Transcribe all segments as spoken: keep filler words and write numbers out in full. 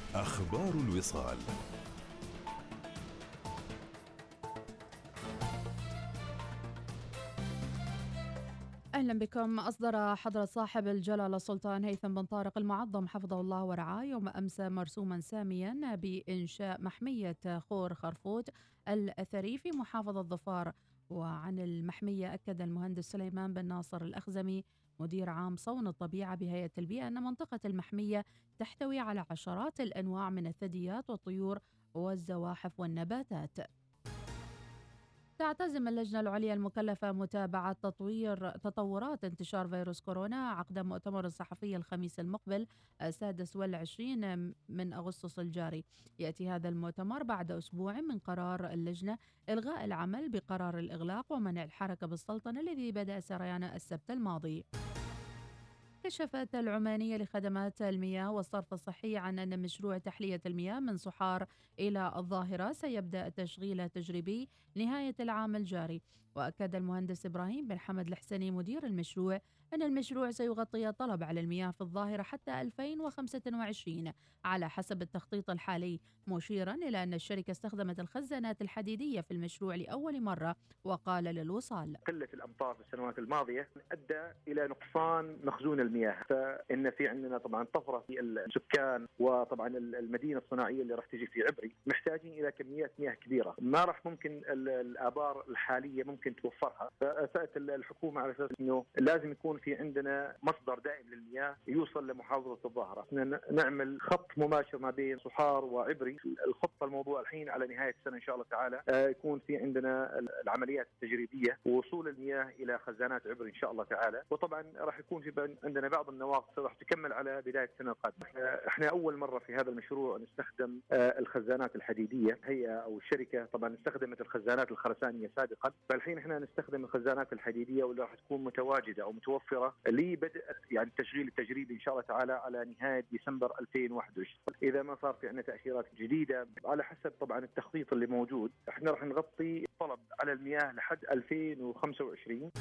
أخبار الوصال. أهلا بكم. أصدر حضرة صاحب الجلالة السلطان هيثم بن طارق المعظم حفظه الله ورعاه يوم أمس مرسوما ساميا بإنشاء محمية خور خرفوت الأثري في محافظة ظفار. وعن المحمية أكد المهندس سليمان بن ناصر الأخزمي مدير عام صون الطبيعة بهيئة البيئة أن منطقة المحمية تحتوي على عشرات الأنواع من الثدييات والطيور والزواحف والنباتات. تعتزم اللجنة العليا المكلفة متابعة تطوير تطورات انتشار فيروس كورونا عقد مؤتمر صحفي الخميس المقبل السادس والعشرين من أغسطس الجاري. يأتي هذا المؤتمر بعد أسبوع من قرار اللجنة إلغاء العمل بقرار الإغلاق ومنع الحركة بالسلطنة الذي بدأ سريانه السبت الماضي. كشفت العمانية لخدمات المياه والصرف الصحي عن أن مشروع تحلية المياه من صحار إلى الظاهرة سيبدأ تشغيله تجريبي نهاية العام الجاري. وأكد المهندس إبراهيم بن حمد الحسني مدير المشروع أن المشروع سيغطي الطلب على المياه في الظاهرة حتى ألفين وخمسة وعشرين على حسب التخطيط الحالي، مشيرا إلى أن الشركة استخدمت الخزانات الحديدية في المشروع لأول مرة. وقال للوصال: قلة الأمطار في السنوات الماضية أدى إلى نقصان مخزون المياه، فإن في عندنا طبعا طفرة في السكان، وطبعا المدينة الصناعية اللي راح تجي في عبري محتاجين إلى كميات مياه كبيرة ما راح ممكن الآبار الحالية ممكن توفرها. فأسأت الحكومة على أساس إنه لازم يكون في عندنا مصدر دائم للمياه يوصل لمحافظة الظاهرة، نعمل خط مباشر ما بين صحار وعبري. الخطة الموضوع الحين على نهاية السنة إن شاء الله تعالى يكون في عندنا العمليات التجريبية ووصول المياه إلى خزانات عبري إن شاء الله تعالى. وطبعا راح يكون في عندنا بعض النواقص راح تكمل على بداية السنة القادمة. احنا أول مرة في هذا المشروع نستخدم الخزانات الحديدية. هي أو الشركة طبعا استخدمت الخزانات الخرسانية سابقا، فالحين احنا نستخدم الخزانات الحديدية واللي راح تكون متواجدة أو متوفرة لبدء يعني التشغيل التجريبي إن شاء الله تعالى على نهاية ديسمبر ألفين وواحد وعشرين. إذا ما صار في عندنا تأشيرات جديدة على حسب طبعا التخطيط اللي موجود، احنا راح نغطي الطلب على المياه لحد ألفين وخمسة وعشرين.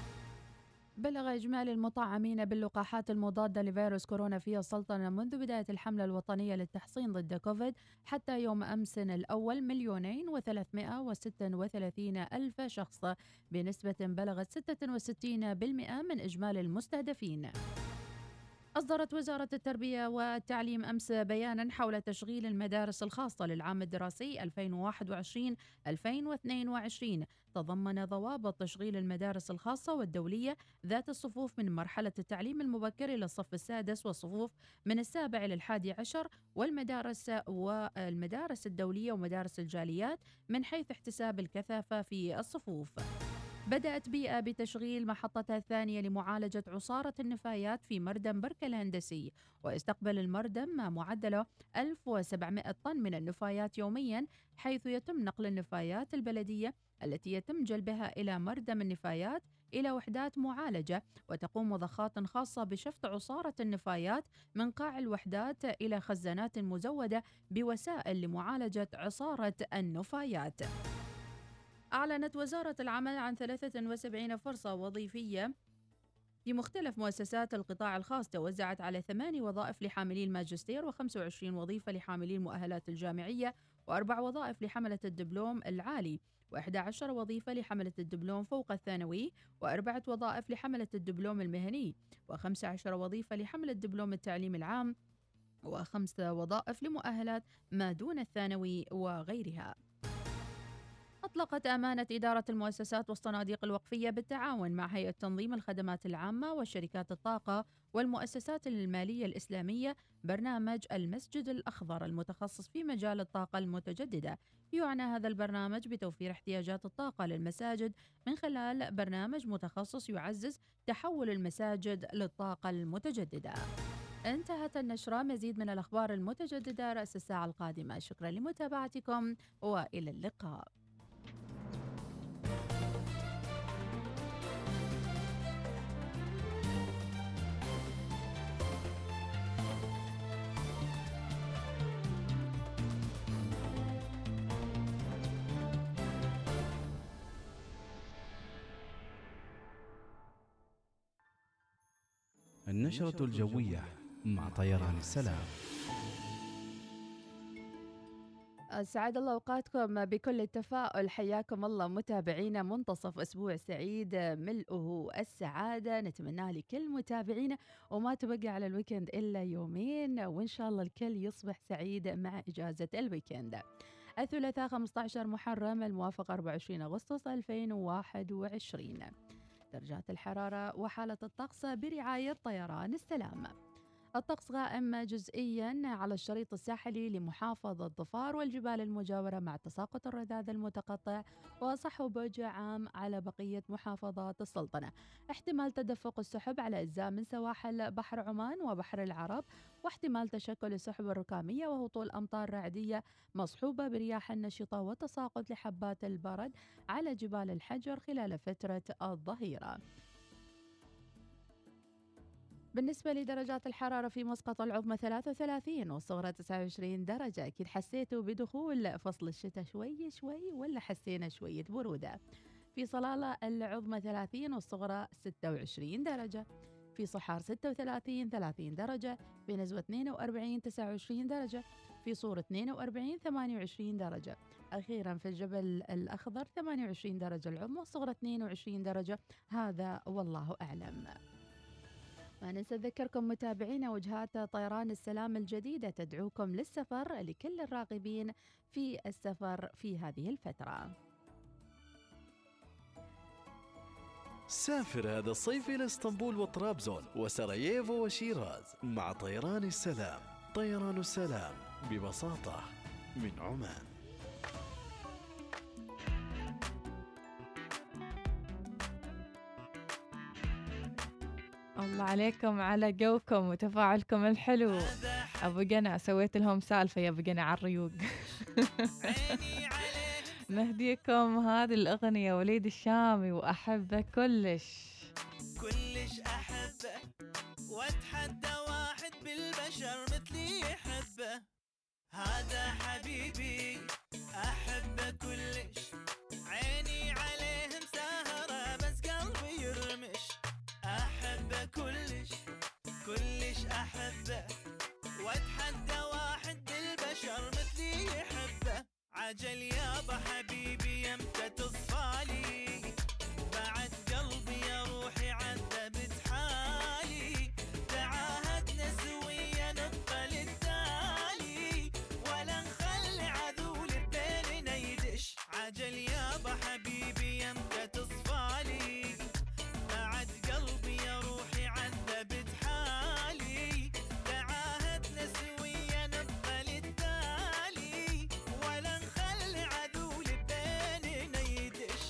بلغ إجمالي المطعمين باللقاحات المضادة لفيروس كورونا في السلطنة منذ بداية الحملة الوطنية للتحصين ضد كوفيد حتى يوم أمس الأول مليونين وثلاثمائة وستة وثلاثين ألف شخص، بنسبة بلغت ستة وستين بالمئة من إجمالي المستهدفين. أصدرت وزارة التربية والتعليم أمس بيانا حول تشغيل المدارس الخاصة للعام الدراسي ألفين وواحد وعشرين ألفين واثنين وعشرين، تضمن ضوابط تشغيل المدارس الخاصة والدولية ذات الصفوف من مرحلة التعليم المبكر إلى الصف السادس والصفوف من السابع إلى الحادي عشر، والمدارس والمدارس الدولية ومدارس الجاليات من حيث احتساب الكثافة في الصفوف. بدأت بيئة بتشغيل محطتها الثانية لمعالجة عصارة النفايات في مردم بركة الهندسي، ويستقبل المردم معدله ألف وسبعمائة طن من النفايات يوميا، حيث يتم نقل النفايات البلدية التي يتم جلبها إلى مردم النفايات إلى وحدات معالجة، وتقوم مضخات خاصة بشفط عصارة النفايات من قاع الوحدات إلى خزانات مزودة بوسائل لمعالجة عصارة النفايات. أعلنت وزارة العمل عن ثلاثة وسبعين فرصة وظيفية في مختلف مؤسسات القطاع الخاص توزعت على ثماني وظائف لحاملي الماجستير وخمسة وعشرين وظيفة لحاملي المؤهلات الجامعية وأربع وظائف لحملة الدبلوم العالي وإحدى عشر وظيفة لحملة الدبلوم فوق الثانوي وأربعة وظائف لحملة الدبلوم المهني وخمس عشر وظيفة لحملة الدبلوم التعليم العام وخمس وظائف لمؤهلات ما دون الثانوي وغيرها. أطلقت أمانة إدارة المؤسسات والصناديق الوقفية بالتعاون مع هيئة تنظيم الخدمات العامة وشركات الطاقة والمؤسسات المالية الإسلامية برنامج المسجد الأخضر المتخصص في مجال الطاقة المتجددة. يعنى هذا البرنامج بتوفير احتياجات الطاقة للمساجد من خلال برنامج متخصص يعزز تحول المساجد للطاقة المتجددة. انتهت النشرة. مزيد من الأخبار المتجددة رأس الساعة القادمة. شكرا لمتابعتكم وإلى اللقاء. النشرة الجوية مع طيران السلام. أسعد الله أوقاتكم بكل التفاؤل. حياكم الله متابعينا، منتصف أسبوع سعيد ملؤه السعادة نتمناه لكل متابعينا، وما تبقى على الويكند إلا يومين، وإن شاء الله الكل يصبح سعيد مع إجازة الويكند. الثلاثاء خمسة عشر محرم الموافق أربعة وعشرين أغسطس ألفين وواحد وعشرين. درجات الحرارة وحالة الطقس برعاية طيران السلام. الطقس غائم جزئيا على الشريط الساحلي لمحافظة ظفار والجبال المجاورة مع تساقط الرذاذ المتقطع وصحب عام على بقية محافظات السلطنة. احتمال تدفق السحب على أجزاء من سواحل بحر عمان وبحر العرب، واحتمال تشكل السحب الركامية وهطول أمطار رعدية مصحوبة برياح نشطة وتساقط لحبات البرد على جبال الحجر خلال فترة الظهيرة. بالنسبة لدرجات الحرارة في مسقط العظمى ثلاثة وثلاثين والصغرى تسعة وعشرين درجة. أكيد حسيتوا بدخول فصل الشتاء شوي شوي ولا حسينا شوية برودة؟ في صلالة العظمى ثلاثين والصغرى ستة وعشرين درجة. في صحار ستة وثلاثين ثلاثين درجة. في نزوة اثنين وأربعين تسعة وعشرين درجة. في صور اثنين وأربعين ثمانية وعشرين درجة. أخيرا في الجبل الأخضر ثمانية وعشرين درجة العظمى والصغرى اثنين وعشرين درجة. هذا والله أعلم. ما ننسى نذكركم متابعينا وجهات طيران السلام الجديدة تدعوكم للسفر لكل الراغبين في السفر في هذه الفترة. سافر هذا الصيف إلى اسطنبول وطرابزون وسراييفو وشيراز مع طيران السلام. طيران السلام ببساطة من عمان. الله عليكم على جوكم وتفاعلكم الحلو. أبو قنا سويت لهم سالفة يا أبو قنا على الريوق. نهديكم هذه الأغنية وليد الشامي وأحبه كلش كلش أحبه، وأتحدى واحد بالبشر مثلي يحبه. هذا حبيبي أحبه كلش، عيني عليه مسهرة بس قلبي يرمش. أحبه كلش كلش أحبه، وأتحدى واحد بالبشر مثلي يحبه. عجل يابا حبيبي يمتى تصفالي، بعد قلبي يا روحي عذبت حالي. تعاهدنا سويا نبقى للتالي، ولا نخلي عذول بيننا يدش. عجل يابا حبيبي يمتى تصفالي، بعد قلبي يا روحي عذبت حالي. تعاهدنا سويا نبقى للتالي، ولا نخلي عذول بيننا يدش.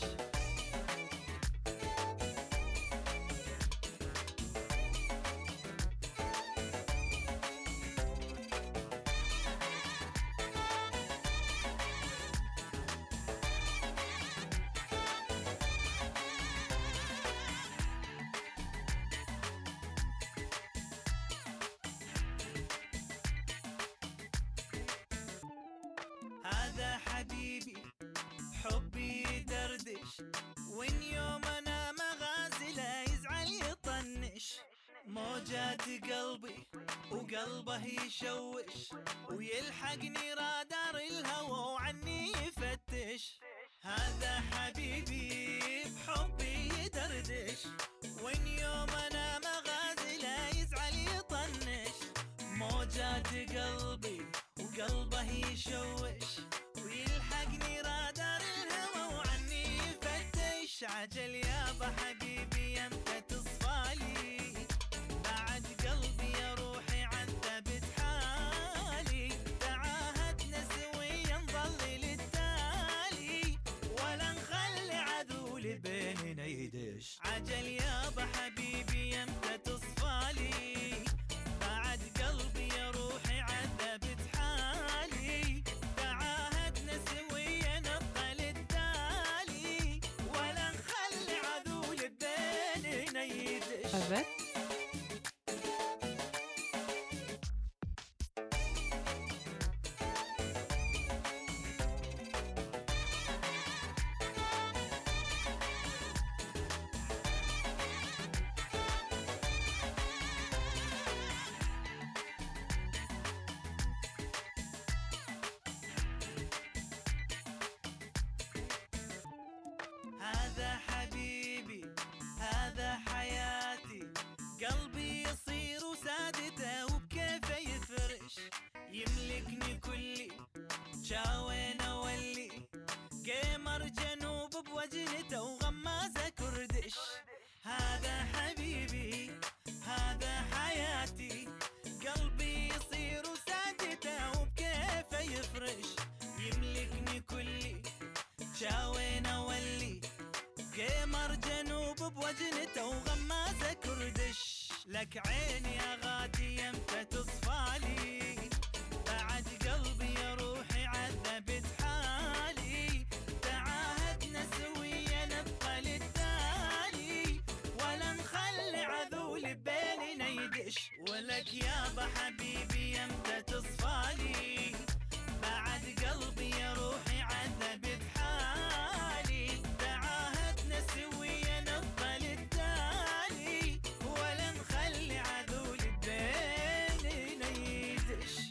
هذا حبيبي حبي يدردش، وين يوم انا مغازله يزعل يطنش. موجات قلبي وقلبه يشوش، ويلحقني رادار الهوى وعني يفتش. هذا حبيبي بحبي يدردش، وين يوم انا مغازله يزعل يطنش. موجات قلبي وقلبه يشوش، ويلحقني رادار الهوى وعني يفتش. عجل يابا حبيبي يمتى تصفالي، بعد قلبي يا روحي عذبت حالي. تعاهدنا سويا نظل للتالي، ولا نخلي عذول بيننا يدش. عجل يابا حبيبي يمتى تصفالي، بعد قلبي يا روحي عذبت حالي. تعاهدنا سويا نبقى للتالي، ولا نخلي عذول بيننا يدش. حبت قلبي يصير سادته وبكيفه يفرش، يملكني كلي شاوين اولي، قمر جنوب بوجنته وغمازه كردش. هذا حبيبي هذا حياتي، قلبي يصير سادته وبكيفه يفرش، يملكني كلي شاوين اولي، قمر جنوب بوجنته وغمازه كردش. لك عيني يا غادي يمتى تصفالي، بعد قلبي يا روحي عذبت حالي، تعاهدنا سويا نبقى للتالي، ولا نخلي عذول بيننا يدش. ولك يابا حبيبي يمتى تصفالي، بعد قلبي يا روحي عذبت حالي، تعاهدنا سويا نبقى للتالي، ولا نخلي عذول بيننا يدش.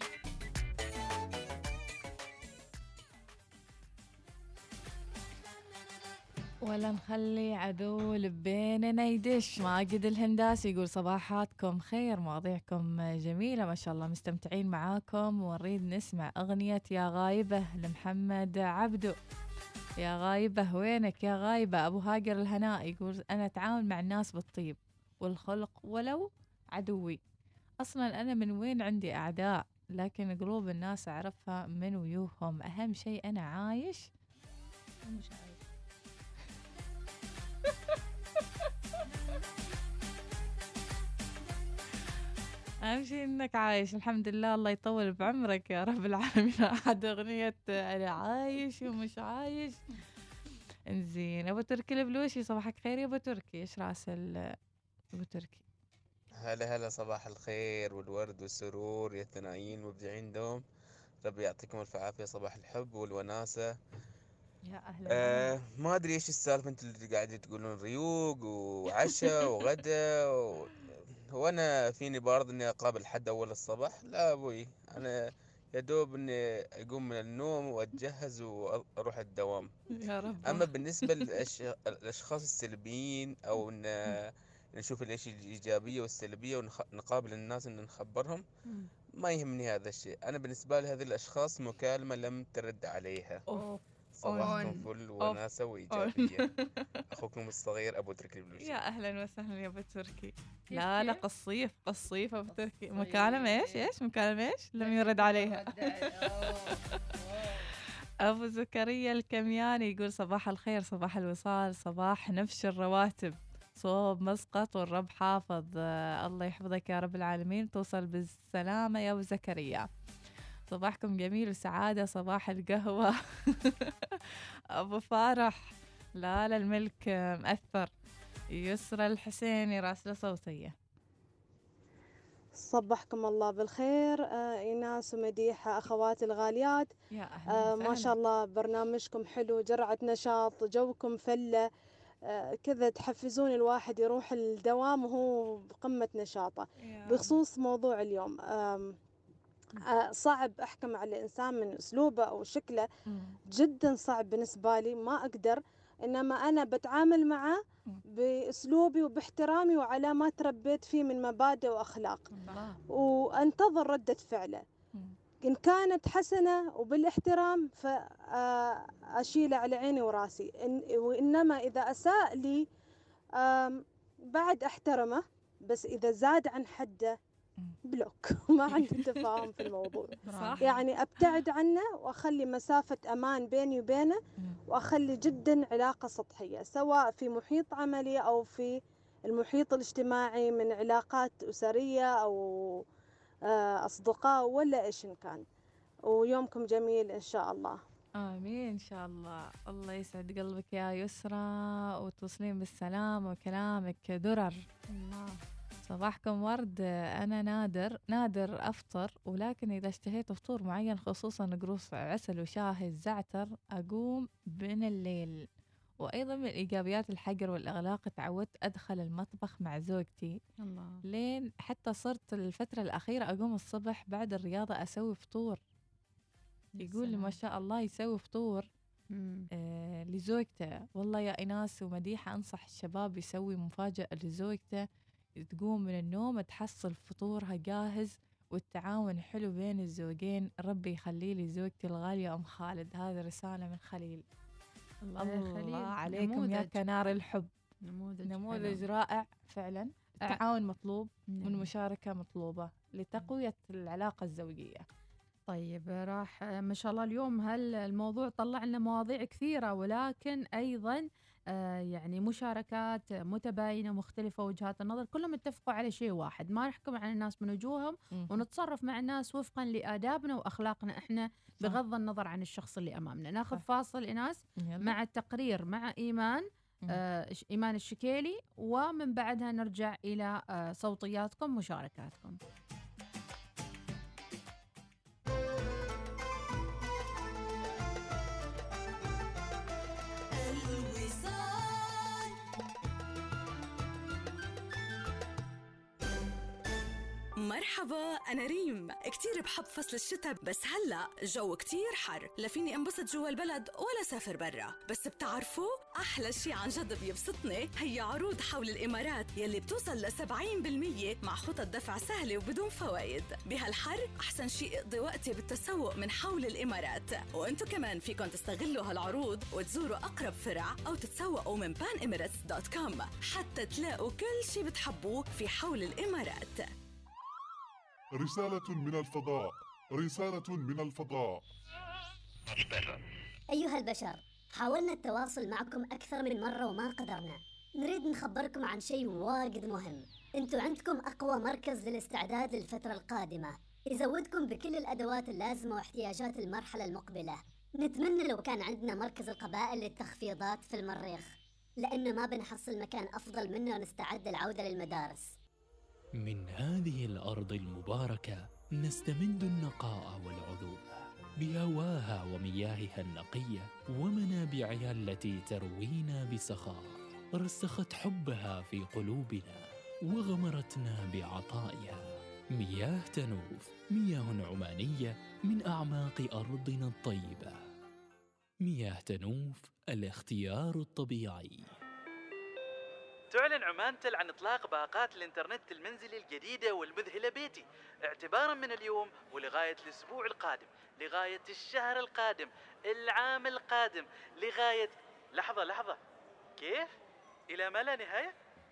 ولا نخلي عدو بيننا يدش. ماجد الهنداسي يقول صباحاتكم خير، مواضيعكم جميلة ما شاء الله، مستمتعين معاكم، ونريد نسمع أغنية يا غايبة لمحمد عبدو. يا غايبة وينك يا غايبة. أبو هاجر الهناء يقول أنا أتعامل مع الناس بالطيب والخلق ولو عدوي، أصلا أنا من وين عندي أعداء، لكن قلوب الناس أعرفها من ويوهم، أهم شيء أنا عايش مش عارف. أهم شيء إنك عايش الحمد لله، الله يطول بعمرك يا رب العالمين. أحد أغنية أنا عايش ومش عايش. إنزين أبو تركي البلوشي صباحك خير يا أبو تركي، إيش راسل أبو تركي؟ هلا هلا، صباح الخير والورد والسرور يا الثنائيين المبدعين دوم، ربي يعطيكم الف عافية. صباح الحب والوناسة. يا أهلا. آه ما أدري إيش السالفة أنتوا اللي قاعدين تقولون ريوق وعشاء وغدا و... وأنا فيني بارض إني أقابل حد أول الصباح؟ لا أبوي، أنا يا دوب إني أقوم من النوم وأتجهز وأروح الدوام. يا رب. أما بالنسبة للأشخاص السلبيين أو إن نشوف الأشياء الإيجابية والسلبية ونقابل الناس إن نخبرهم، ما يهمني هذا الشيء. أنا بالنسبة لي هذه الأشخاص مكالمة لم ترد عليها. أوف. صباحكم فل وناسة وإيجابية. أخوكم الصغير أبو تركي البلوشي. يا أهلا وسهلا يا أبو تركي. لا لا قصيف قصيف أبو تركي. مكالمة إيش إيش مكالمة إيش لم يرد عليها. أبو زكريا الكمياني يقول صباح الخير، صباح الوصال، صباح نفش الرواتب، صوب مسقط والرب حافظ. آه الله يحفظك يا رب العالمين، توصل بالسلامة يا أبو زكريا. صباحكم جميل وسعادة، صباح القهوة. أبو فارح لا لا الملك مأثر. يسرى الحسيني راسلة صوتية. صبحكم الله بالخير آه إيناس ومديحة أخواتي الغاليات. يا أهلا آه ما شاء الله برنامجكم حلو، جرعة نشاط، جوكم فلة آه كذا، تحفزون الواحد يروح الدوام وهو بقمة نشاطه. بخصوص موضوع اليوم، آه آه صعب أحكم على الإنسان من أسلوبه أو شكله، جدا صعب بالنسبة لي، ما أقدر، إنما أنا بتعامل معه بأسلوبي وباحترامي وعلى ما تربيت فيه من مبادئ وأخلاق، وأنتظر ردة فعله. إن كانت حسنة وبالاحترام فأشيله على عيني وراسي، وإنما إذا أساء لي بعد أحترمه، بس إذا زاد عن حده بلوك. ما عندي تفاهم في الموضوع. صح. يعني أبتعد عنه وأخلي مسافة أمان بيني وبينه، وأخلي جدا علاقة سطحية، سواء في محيط عملي أو في المحيط الاجتماعي من علاقات أسرية أو أصدقاء ولا إيش إن كان. ويومكم جميل إن شاء الله. آمين إن شاء الله. الله يسعد قلبك يا يسرى، وتوصلين بالسلام وكلامك درر. الله. صباحكم ورد. أنا نادر نادر أفطر، ولكن إذا اشتهيت فطور معين خصوصا قروص عسل وشاهي الزعتر أقوم من الليل. وأيضا من إيجابيات الحجر والإغلاق تعودت أدخل المطبخ مع زوجتي الله. لين حتى صرت الفترة الأخيرة أقوم الصبح بعد الرياضة أسوي فطور. يقول لي ما شاء الله يسوي فطور آه لزوجته. والله يا إناس ومديحة أنصح الشباب يسوي مفاجأة لزوجته، تقوم من النوم تحصل فطورها جاهز، والتعاون حلو بين الزوجين. ربي يخلي لي زوجتي الغالية أم خالد. هذه رسالة من خليل. الله, الله خليل عليكم نموذج. يا كنار الحب. نموذج, نموذج رائع فعلا. التعاون مطلوب والمشاركة مطلوبة لتقوية العلاقة الزوجية. طيب راح ما شاء الله اليوم هل الموضوع طلع لنا مواضيع كثيرة، ولكن أيضا آه يعني مشاركات متباينة مختلفة وجهات النظر، كلهم اتفقوا على شيء واحد، ما نحكم على الناس من وجوههم ونتصرف مع الناس وفقا لآدابنا وأخلاقنا إحنا بغض النظر عن الشخص اللي أمامنا. ناخذ فاصل إناس مع التقرير مع إيمان آه إيمان الشكيلي، ومن بعدها نرجع إلى آه صوتياتكم مشاركاتكم. مرحبا، أنا ريم. كتير بحب فصل الشتاء، بس هلأ الجو كتير حر، لا فيني انبسط جوا البلد ولا سافر برا. بس بتعرفوا أحلى شي عن جد بيبسطني هي عروض حول الإمارات يلي بتوصل لسبعين بالمية مع خطط دفع سهلة وبدون فوائد. بهالحر أحسن شي اقضي وقتي بالتسوق من حول الإمارات، وانتو كمان فيكن تستغلوا هالعروض وتزوروا أقرب فرع أو تتسوقوا من بان إماراتس دوت كوم حتى تلاقوا كل شي بتحبوه في حول الإمارات. رسالة من الفضاء، رسالة من الفضاء. أيها البشر، حاولنا التواصل معكم أكثر من مرة وما قدرنا. نريد نخبركم عن شيء واجد مهم. أنتوا عندكم أقوى مركز للاستعداد للفترة القادمة، يزودكم بكل الأدوات اللازمة واحتياجات المرحلة المقبلة. نتمنى لو كان عندنا مركز القبائل للتخفيضات في المريخ، لأنه ما بنحصل مكان أفضل منه ونستعد للعودة للمدارس. من هذه الأرض المباركة نستمد النقاء والعذوبة بهواها ومياهها النقية ومنابعها التي تروينا بسخاء. رسخت حبها في قلوبنا وغمرتنا بعطائها. مياه تنوف، مياه عمانية من أعماق أرضنا الطيبة. مياه تنوف، الاختيار الطبيعي. تعلن عمانتل عن إطلاق باقات الإنترنت المنزلي الجديدة والمذهلة بيتي اعتباراً من اليوم ولغاية الأسبوع القادم، لغاية الشهر القادم، العام القادم، لغاية لحظة لحظة كيف؟ إلى ما لا نهاية؟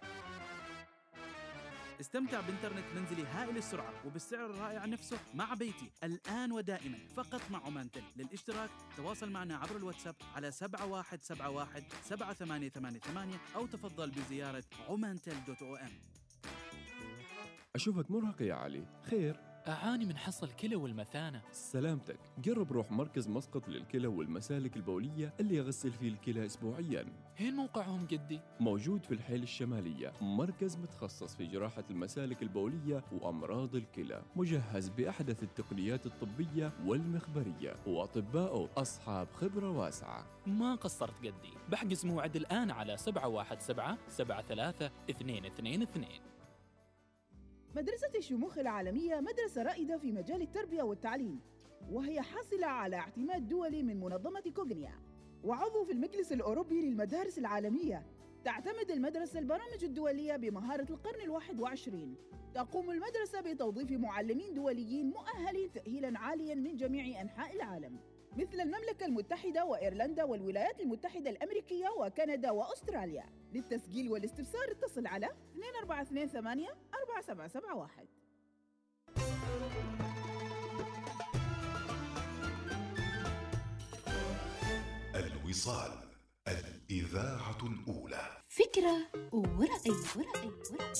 استمتع بإنترنت منزلي هائل السرعة وبالسعر الرائع نفسه مع بيتي الآن ودائما فقط مع عمانتل. للاشتراك تواصل معنا عبر الواتساب على سبعة واحد سبعة واحد سبعة ثمانية ثمانية ثمانية أو تفضل بزيارة عمانتل دوت أو أم. أشوفك مرهق يا علي، خير؟ أعاني من حصى الكلى والمثانة. سلامتك، جرب روح مركز مسقط للكلى والمسالك البولية اللي يغسل فيه الكلى أسبوعياً. هين موقعهم جدي؟ موجود في الحيل الشمالية، مركز متخصص في جراحة المسالك البولية وأمراض الكلى، مجهز بأحدث التقنيات الطبية والمخبرية، وأطباءه أصحاب خبرة واسعة. ما قصرت جدي، بحجز موعد الآن على سبعة واحد سبعة سبعة ثلاثة اثنين اثنين اثنين. مدرسة الشموخ العالمية مدرسة رائدة في مجال التربية والتعليم، وهي حاصلة على اعتماد دولي من منظمة كوغنيا، وعضو في المجلس الأوروبي للمدارس العالمية. تعتمد المدرسة البرامج الدولية بمهارة القرن الواحد وعشرين. تقوم المدرسة بتوظيف معلمين دوليين مؤهلين تأهيلاً عالياً من جميع أنحاء العالم، مثل المملكة المتحدة وإيرلندا والولايات المتحدة الأمريكية وكندا وأستراليا. للتسجيل والاستفسار اتصل على اثنين أربعة اثنين ثمانية أربعة سبعة سبعة واحد. الوصال، الإذاعة الأولى. فكرة ورأي ورأي ورأي.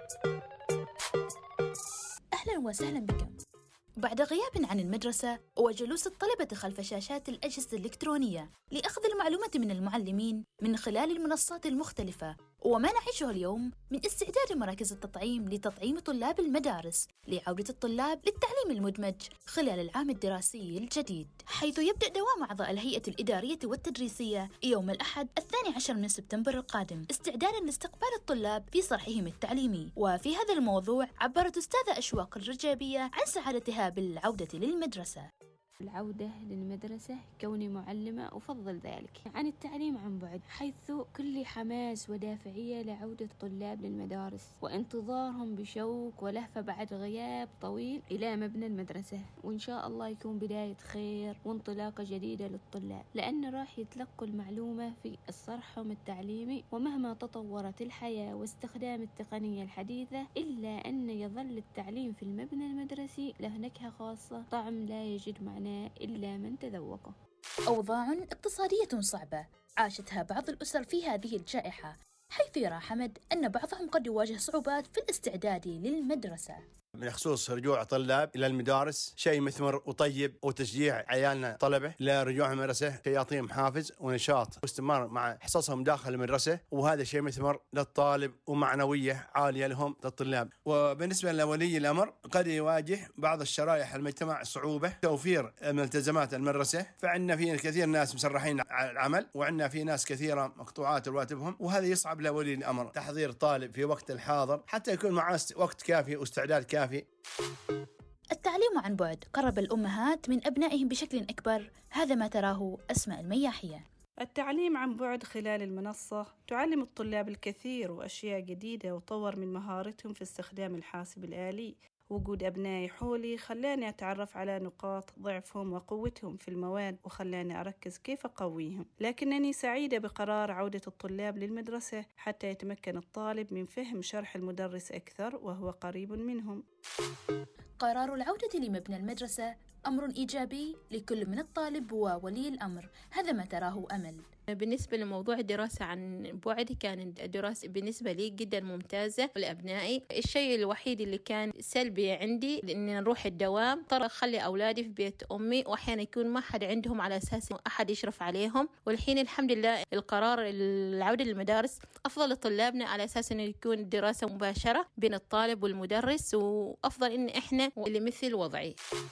أهلا وسهلا بكم. بعد غياب عن المدرسة وجلوس الطلبة خلف شاشات الأجهزة الإلكترونية لأخذ المعلومات من المعلمين من خلال المنصات المختلفة، وما نعيشه اليوم من استعداد مراكز التطعيم لتطعيم طلاب المدارس لعودة الطلاب للتعليم المدمج خلال العام الدراسي الجديد، حيث يبدأ دوام أعضاء الهيئة الإدارية والتدريسية يوم الأحد الثاني عشر من سبتمبر القادم استعدادا لاستقبال الطلاب في صرحهم التعليمي. وفي هذا الموضوع عبرت أستاذة أشواق الرجابية عن سعادتها بالعودة للمدرسة. العودة للمدرسة كوني معلمة أفضل ذلك عن التعليم عن بعد، حيث كل حماس ودافعية لعودة الطلاب للمدارس وانتظارهم بشوق ولهفة بعد غياب طويل إلى مبنى المدرسة. وإن شاء الله يكون بداية خير وانطلاقة جديدة للطلاب، لأن راح يتلقوا المعلومة في الصرحهم التعليمي. ومهما تطورت الحياة واستخدام التقنية الحديثة، إلا أن يظل التعليم في المبنى المدرسي له نكهة خاصة، طعم لا يجد معناه إلا من تذوقه. أوضاع اقتصادية صعبة عاشتها بعض الأسر في هذه الجائحة، حيث يرى حمد أن بعضهم قد يواجه صعوبات في الاستعداد للمدرسة. بخصوص رجوع طلاب إلى المدارس، شيء مثمر وطيب، وتشجيع عيالنا طلبة لرجوع المدرسة كي يعطيهم حافز ونشاط واستمرار مع حصصهم داخل المدرسة، وهذا شيء مثمر للطالب ومعنوية عالية لهم للطلاب. وبالنسبة لولي الأمر، قد يواجه بعض الشرائح المجتمع صعوبة توفير ملتزمات المدرسة، فعندنا في كثير ناس مسرحين على العمل، وعندنا في ناس كثيرة مقطوعات رواتبهم، وهذا يصعب لولي الأمر تحضير طالب في وقت الحاضر حتى يكون معاه وقت كافي واستعداد كافي. التعليم عن بعد قرب الأمهات من أبنائهم بشكل أكبر، هذا ما تراه أسماء المياحية. التعليم عن بعد خلال المنصة تعلم الطلاب الكثير وأشياء جديدة وطور من مهارتهم في استخدام الحاسب الآلي. وجود أبنائي حولي خلاني أتعرف على نقاط ضعفهم وقوتهم في المواد، وخلاني أركز كيف أقويهم. لكنني سعيدة بقرار عودة الطلاب للمدرسة حتى يتمكن الطالب من فهم شرح المدرس أكثر وهو قريب منهم. قرار العودة لمبنى المدرسة أمر إيجابي لكل من الطالب وولي الأمر، هذا ما تراه أمل. بالنسبة لموضوع الدراسة عن بعد، كانت الدراسة بالنسبة لي جدا ممتازة لأبنائي. الشيء الوحيد اللي كان سلبي عندي لأني نروح الدوام، اضطر أخلي أولادي في بيت أمي، وأحيانا يكون ما حد عندهم على أساس أحد يشرف عليهم. والحين الحمد لله القرار العودة للمدارس أفضل لطلابنا، على أساس أنه يكون الدراسة مباشرة بين الطالب والمدرس، وأفضل إن إحنا اللي مثل وضعي.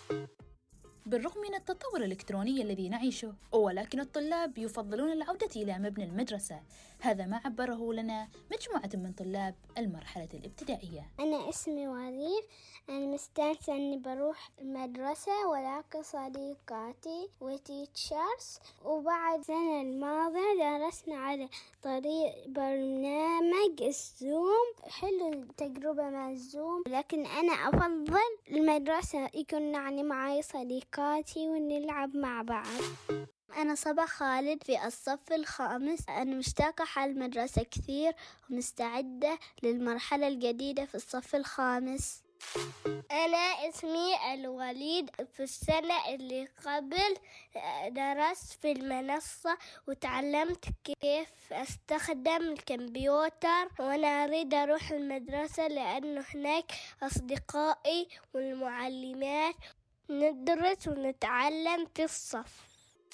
بالرغم من التطور الإلكتروني الذي نعيشه، ولكن الطلاب يفضلون العودة إلى مبنى المدرسة، هذا ما عبره لنا مجموعة من طلاب المرحلة الابتدائية. أنا اسمي وليد، أنا مستانسة أني بروح المدرسة ولاقي صديقاتي وتيتشرز. وبعد السنة الماضية درسنا على طريق برنامج الزوم، حلو التجربة مع الزوم، لكن أنا أفضل المدرسة يكون يعني معي صديقاتي ونلعب مع بعض. أنا صبا خالد في الصف الخامس، أنا مشتاقة على المدرسة كثير ومستعدة للمرحلة الجديدة في الصف الخامس. أنا اسمي الوليد، في السنة اللي قبل درست في المنصة وتعلمت كيف أستخدم الكمبيوتر، وأنا أريد أروح المدرسة لأنه هناك أصدقائي والمعلمات ندرس ونتعلم في الصف.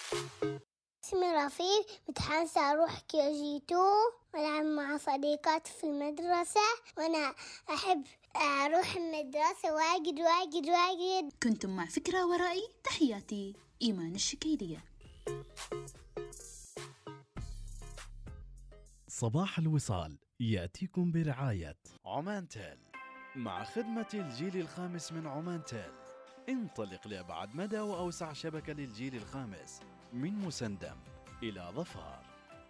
اسمي رفيق، متحمسة أروح كي جي تو وألعب مع صديقاتي في المدرسة، وأنا أحب أروح المدرسة واجد واجد واجد. كنتم مع فكرة ورائي، تحياتي إيمان الشكيلية. صباح الوصال يأتيكم برعاية عمان تيل. مع خدمة الجيل الخامس من عمان تيل، انطلق لأبعد مدى وأوسع شبكة للجيل الخامس من مسندم إلى ظفار.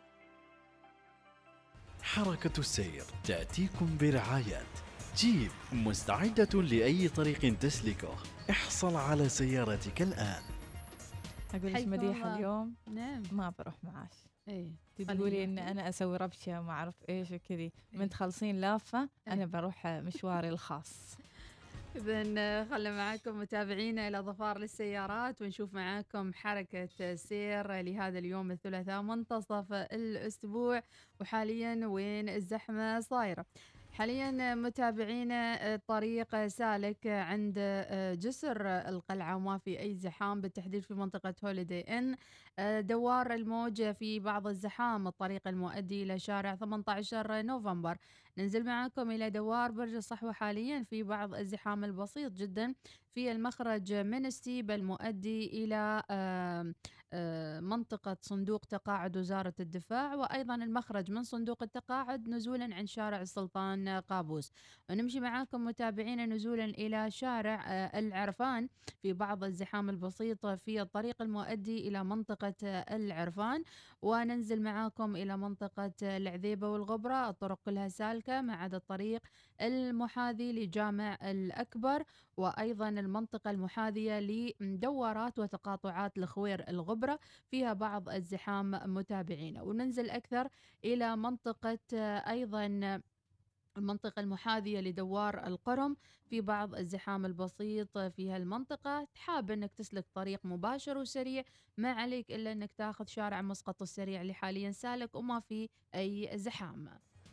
حركة السير تأتيكم برعاية جيب، مستعدة لأي طريق تسلكه، احصل على سيارتك الآن. أقول لك مديحة اليوم نعم ما بروح معاش. ايه تقولي ان انا اسوي ربشه وما اعرف ايش وكذي، من تخلصين لافه انا بروح مشواري الخاص. إذن خلنا معاكم متابعينا إلى ظفار للسيارات، ونشوف معاكم حركة سير لهذا اليوم الثلاثاء منتصف الأسبوع، وحاليا وين الزحمة صايرة. حاليا متابعينا الطريق سالك عند جسر القلعة وما في أي زحام، بالتحديد في منطقة هوليدي إن. دوار الموج في بعض الزحام، الطريق المؤدي إلى شارع ثمانية عشر نوفمبر. ننزل معاكم إلى دوار برج الصحوة. حاليا في بعض الزحام البسيط جدا في المخرج من ستيب المؤدي إلى آه منطقة صندوق تقاعد وزارة الدفاع، وأيضا المخرج من صندوق التقاعد نزولا عن شارع السلطان قابوس. ونمشي معاكم متابعينا نزولا إلى شارع العرفان في بعض الزحام البسيط في الطريق المؤدي إلى منطقة العرفان، وننزل معاكم إلى منطقة العذيبة والغبرة. الطرق كلها سالكة ما عدا الطريق المحاذي لجامع الأكبر، وأيضا المنطقة المحاذية لدورات وتقاطعات الخوير الغبرة فيها بعض الزحام متابعين. وننزل أكثر إلى منطقة أيضا المنطقة المحاذية لدوار القرم في بعض الزحام البسيط في هالمنطقة. تحاب أنك تسلك طريق مباشر وسريع ما عليك إلا أنك تاخذ شارع مسقط السريع اللي حاليا سالك وما في أي زحام.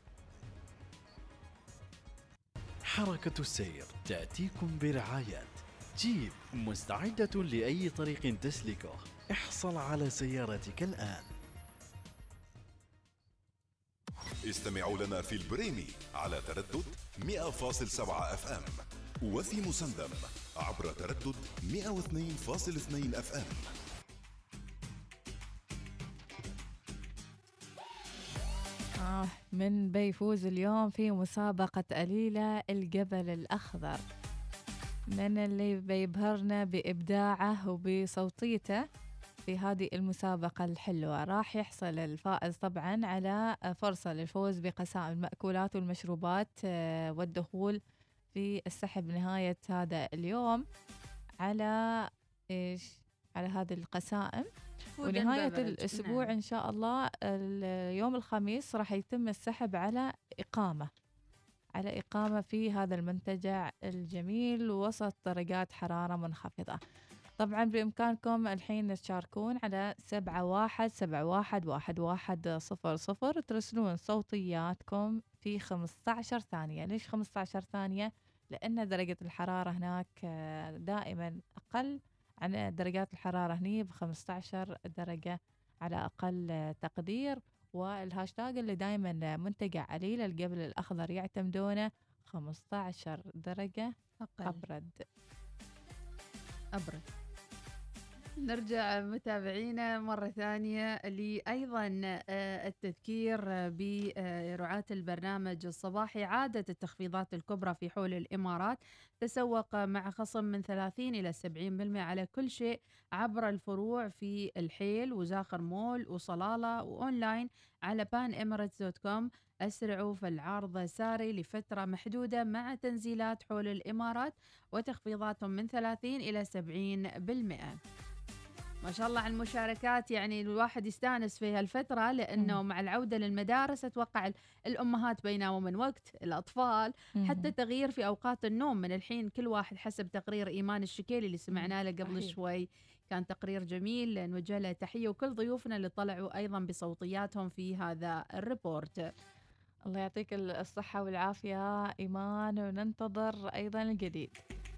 حركة السير تأتيكم برعاية جيب، مستعدة لأي طريق تسلكه. احصل على سيارتك الآن. استمعوا لنا في البريمي على تردد مئة فاصلة سبعة اف ام، وفي مسندم عبر تردد مئة واثنين فاصلة اثنين اف ام. آه من بيفوز اليوم في مسابقة أليلة الجبل الأخضر، من اللي بيبهرنا بإبداعه وبصوتيته في هذه المسابقة الحلوة. راح يحصل الفائز طبعا على فرصة للفوز بقسائم المأكولات والمشروبات والدخول في السحب نهاية هذا اليوم على إيش على هذه القسائم. ونهاية الأسبوع نعم. إن شاء الله اليوم الخميس راح يتم السحب على إقامة على إقامة في هذا المنتجع الجميل وسط درجات حرارة منخفضة. طبعا بإمكانكم الحين تشاركون على سبعة واحد سبعة واحد واحد واحد صفر صفر، ترسلون صوتياتكم في خمسة عشر ثانية. ليش خمسة عشر ثانية؟ لأن درجة الحرارة هناك دائما أقل عن درجات الحرارة هني بخمسة عشر درجة على أقل تقدير. والهاشتاج اللي دائما منتجع عليل الجبل الأخضر يعتمدونه خمسة عشر درجة أقل. أبرد أبرد. نرجع متابعينا مرة ثانية لأيضا التذكير برعاة البرنامج الصباحي. عادت التخفيضات الكبرى في حول الإمارات، تسوق مع خصم من ثلاثين إلى سبعين بالمئة على كل شيء عبر الفروع في الحيل وزاخر مول وصلالة وأونلاين على بان إماراتس دوت كوم. أسرعوا فالعرض ساري لفترة محدودة مع تنزيلات حول الإمارات وتخفيضات من ثلاثين إلى سبعين بالمئة. ما شاء الله على المشاركات، يعني الواحد يستانس في هالفترة لأنه مم. مع العودة للمدارس أتوقع الأمهات بيناموا من وقت الأطفال، مم. حتى تغيير في أوقات النوم من الحين كل واحد حسب تقرير إيمان الشكيلي اللي سمعنا له قبل أحيي. شوي، كان تقرير جميل نوجه له تحية، وكل ضيوفنا اللي طلعوا أيضا بصوتياتهم في هذا الريبورت. الله يعطيك الصحة والعافية إيمان، وننتظر أيضا الجديد.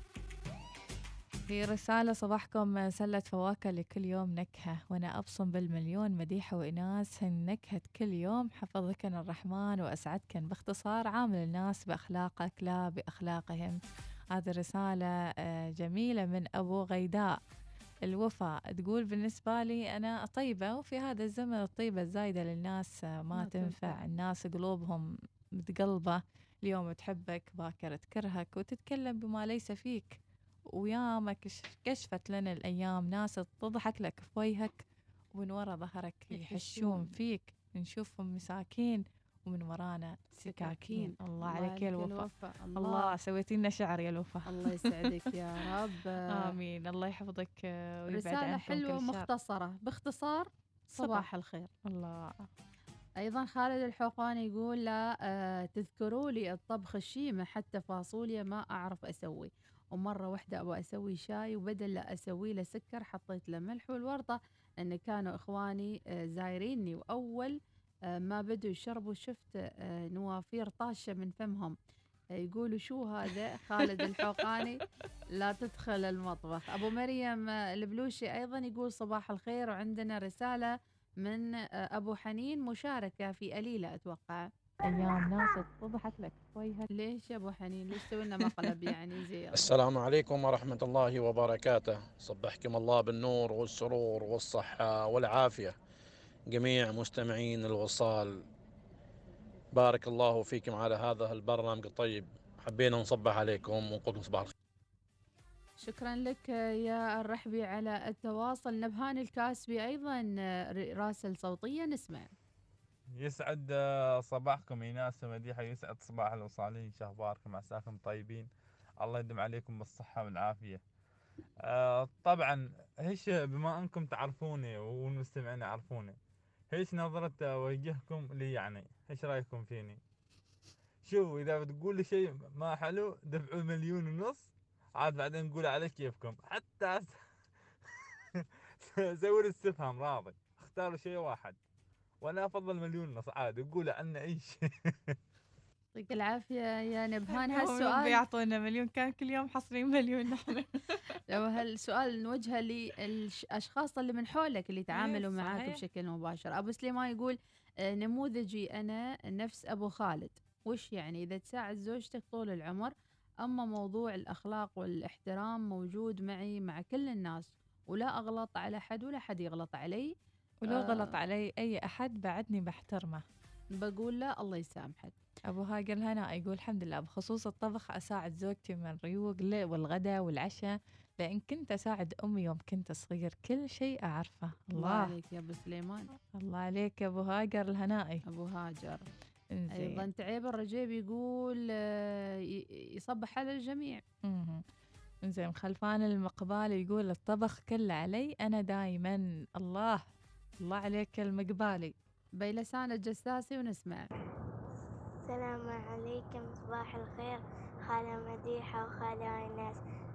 في رسالة: صباحكم سلة فواكه لكل يوم نكهة، وأنا أبصم بالمليون مديحة وإناس نكهة كل يوم، حفظكن الرحمن وأسعدكن، باختصار عامل الناس بأخلاقك لا بأخلاقهم. هذه رسالة جميلة من أبو غيداء الوفاء، تقول بالنسبة لي أنا طيبة، وفي هذا الزمن الطيبة الزايدة للناس ما, ما تنفع. تنفع الناس قلوبهم متقلبة، اليوم تحبك باكر تكرهك وتتكلم بما ليس فيك. وياما كشفت لنا الأيام ناس تضحك لك في وجهك ومن وراء ظهرك يحشون فيك، نشوفهم مساكين ومن ورانا سكاكين. الله, الله عليك يا الوفا، الله, الله سويتي لنا شعر يا الوفا. الله يسعدك يا رب. آمين. الله يحفظك ويبعد رسالة حلوة مختصرة باختصار. صباح, صباح الخير. الله. أيضا خالد الحوقاني يقول لا آه تذكروا لي الطبخ الشيمة، حتى فاصوليا ما أعرف أسوي، ومرة واحدة أبغى أسوي شاي وبدل لا أسوي له سكر حطيت له ملح والورطة، أن كانوا إخواني آه زايريني، وأول آه ما بدوا يشربوا شفت آه نوافير طاشة من فمهم. آه يقولوا شو هذا؟ خالد الحوقاني لا تدخل المطبخ. أبو مريم آه البلوشي أيضا يقول صباح الخير، وعندنا رسالة من آه أبو حنين مشاركة في أليلة أتوقع. أيام ناس اتضحت لك وجهك. ليش يا أبو حنين؟ ليش تسوي لنا مقلب يعني زي السلام عليكم ورحمة الله وبركاته. صبحكم الله بالنور والسرور والصحة والعافية جميع مستمعين الوصال. بارك الله فيكم على هذا البرنامج الطيب. حبينا نصبح عليكم ونقول لكم صباح الخير. شكرا لك يا الرحبي على التواصل. نبهان الكاسبي أيضا راسل صوتية نسمع. يسعد صباحكم ايناس ومديحة، يسعد صباح الوصالين. شو اخباركم؟ عساكم طيبين، الله يديم عليكم بالصحة والعافية. آه طبعا هيش بما انكم تعرفوني والمستمعين يعرفوني، هيش نظرة وجهكم لي يعني؟ ايش رايكم فيني؟ شو اذا بتقول لي شيء ما حلو دفعوا مليون ونص، عاد بعدين نقول عليه كيفكم. حتى زور الاستفهام راضي، اختاروا شيء واحد وانا افضل مليون ونص عادي، قولوا عنا اي شيء. يعطيك العافية يا نبهان. هالسؤال هالسؤال بيعطونا مليون، كان كل يوم حصرين مليون نحن. لو هالسؤال نوجهه للأشخاص اللي من حولك اللي تعاملوا معاك صحيح. بشكل مباشر. أبو سليمان يقول آه، نموذجي أنا نفس أبو خالد. وش يعني؟ إذا تساعد زوجتك طول العمر، أما موضوع الأخلاق والاحترام موجود معي مع كل الناس، ولا أغلط على حد ولا حد يغلط علي. ولو آه، غلط علي أي أحد بعدني بحترمه، بقول له الله يسامحك. أبو هاجر الهنا يقول الحمد لله بخصوص الطبخ أساعد زوجتي من الريوق والغداء والعشاء، لأن كنت أساعد أمي يوم كنت صغير، كل شيء أعرفه. الله عليك يا أبو سليمان. الله عليك يا أبو هاجر الهنائي. أبو هاجر. إنزين. أيضا تعيب الرجيب يقول آه، ي- يصبح على الجميع. مهم. إنزين. خلفان المقبال يقول الطبخ كله علي أنا دايما. الله الله عليك المقبالي. بيلسان الجساسي ونسمع. السلام عليكم، صباح الخير خالة مديحة وخالة ايناس،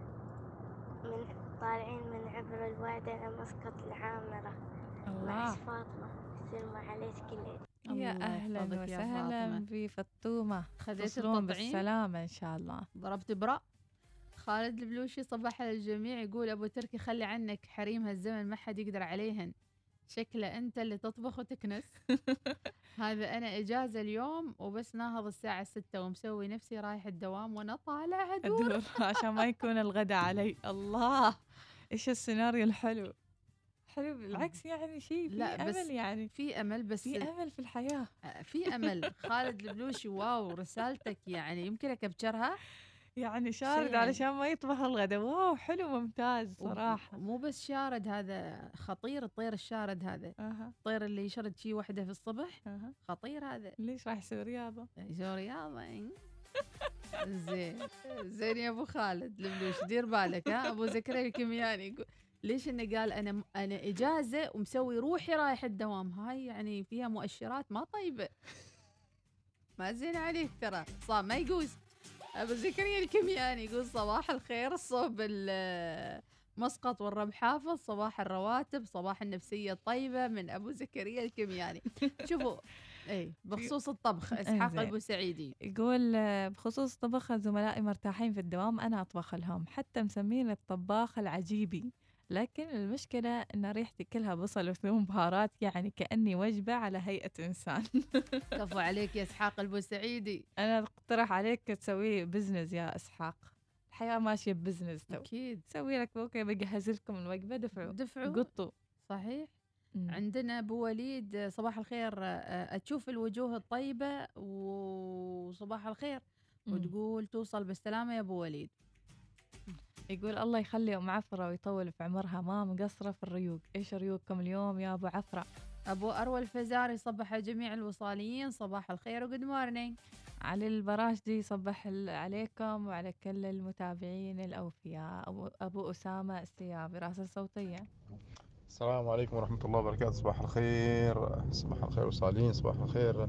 من طالعين من عبر الوادي لمسقط العامرة. الله. معي فاطمة، السلام عليك كليل. يا الله أهلا يحفظك يا وسهلا فاطمة. بفطومة، خذيت تصلون التطعيم؟ بالسلامة إن شاء الله. ضربت برا. خالد البلوشي صباح على الجميع يقول أبو تركي خلي عنك حريم هالزمن ما حد يقدر عليهن، شكله أنت اللي تطبخ وتكنس. هذا أنا إجازة اليوم وبس ناهض الساعة ستة ومسوي نفسي رايح الدوام وأنا طالع أدور. أدور عشان ما يكون الغداء علي. الله إيش السيناريو الحلو. حلو بالعكس يعني شيء في لا بس أمل يعني في أمل، بس في أمل في الحياة. آه، في أمل. خالد البلوشي واو رسالتك يعني يمكنك أبشرها. يعني شارد شيء علشان ما يطبخ الغداء. واو حلو ممتاز صراحة. مو بس شارد، هذا خطير. الطير الشارد هذا أها. الطير اللي يشرد شي وحده في الصبح. أها. خطير هذا. ليش راح يسوي رياضة؟ يسوي رياضة إيه. زين زين يا ابو خالد البلوش، دير بالك. ها ابو زكريا الكمياني يقول ليش انه قال انا انا اجازه ومسوي روحي رايح الدوام، هاي يعني فيها مؤشرات ما طيبه، ما زين عليك ترى صار ما يجوز. ابو زكريا الكمياني يقول صباح الخير صوب مسقط والرب حافظ، صباح الرواتب، صباح النفسيه الطيبه من ابو زكريا الكمياني. شوفوا اي بخصوص الطبخ اسحاق ابو سعيدي يقول بخصوص طبخ زملائي مرتاحين في الدوام انا اطبخ لهم، حتى مسمين الطباخ العجيبي، لكن المشكله ان ريحتي كلها بصل وثوم بهارات، يعني كاني وجبه على هيئه انسان. كفو عليك يا اسحاق ابو سعيدي. انا اقترح عليك تسوي بزنس يا اسحاق، الحياه ماشيه ببزنس تو. اكيد سوي لك بوكي بجهز لكم الوجبه، دفعوا دفعوا قطوا. صحيح. مم. عندنا ابو وليد صباح الخير، تشوف الوجوه الطيبه وصباح الخير مم. وتقول توصل بالسلامه يا ابو وليد. يقول الله يخلي ام عفره ويطول في عمرها، ما مقصره في الريوق. ايش ريوقكم اليوم يا ابو عفره؟ ابو اروى الفزاري صبح على جميع الوصاليين صباح الخير وجود مورنينج. علي البراشدي صبح عليكم وعلى كل المتابعين الاوفياء. ابو, أبو اسامه السيابي راسل صوتيه. السلام عليكم ورحمة الله وبركاته. صباح الخير، صباح الخير وصالين، صباح الخير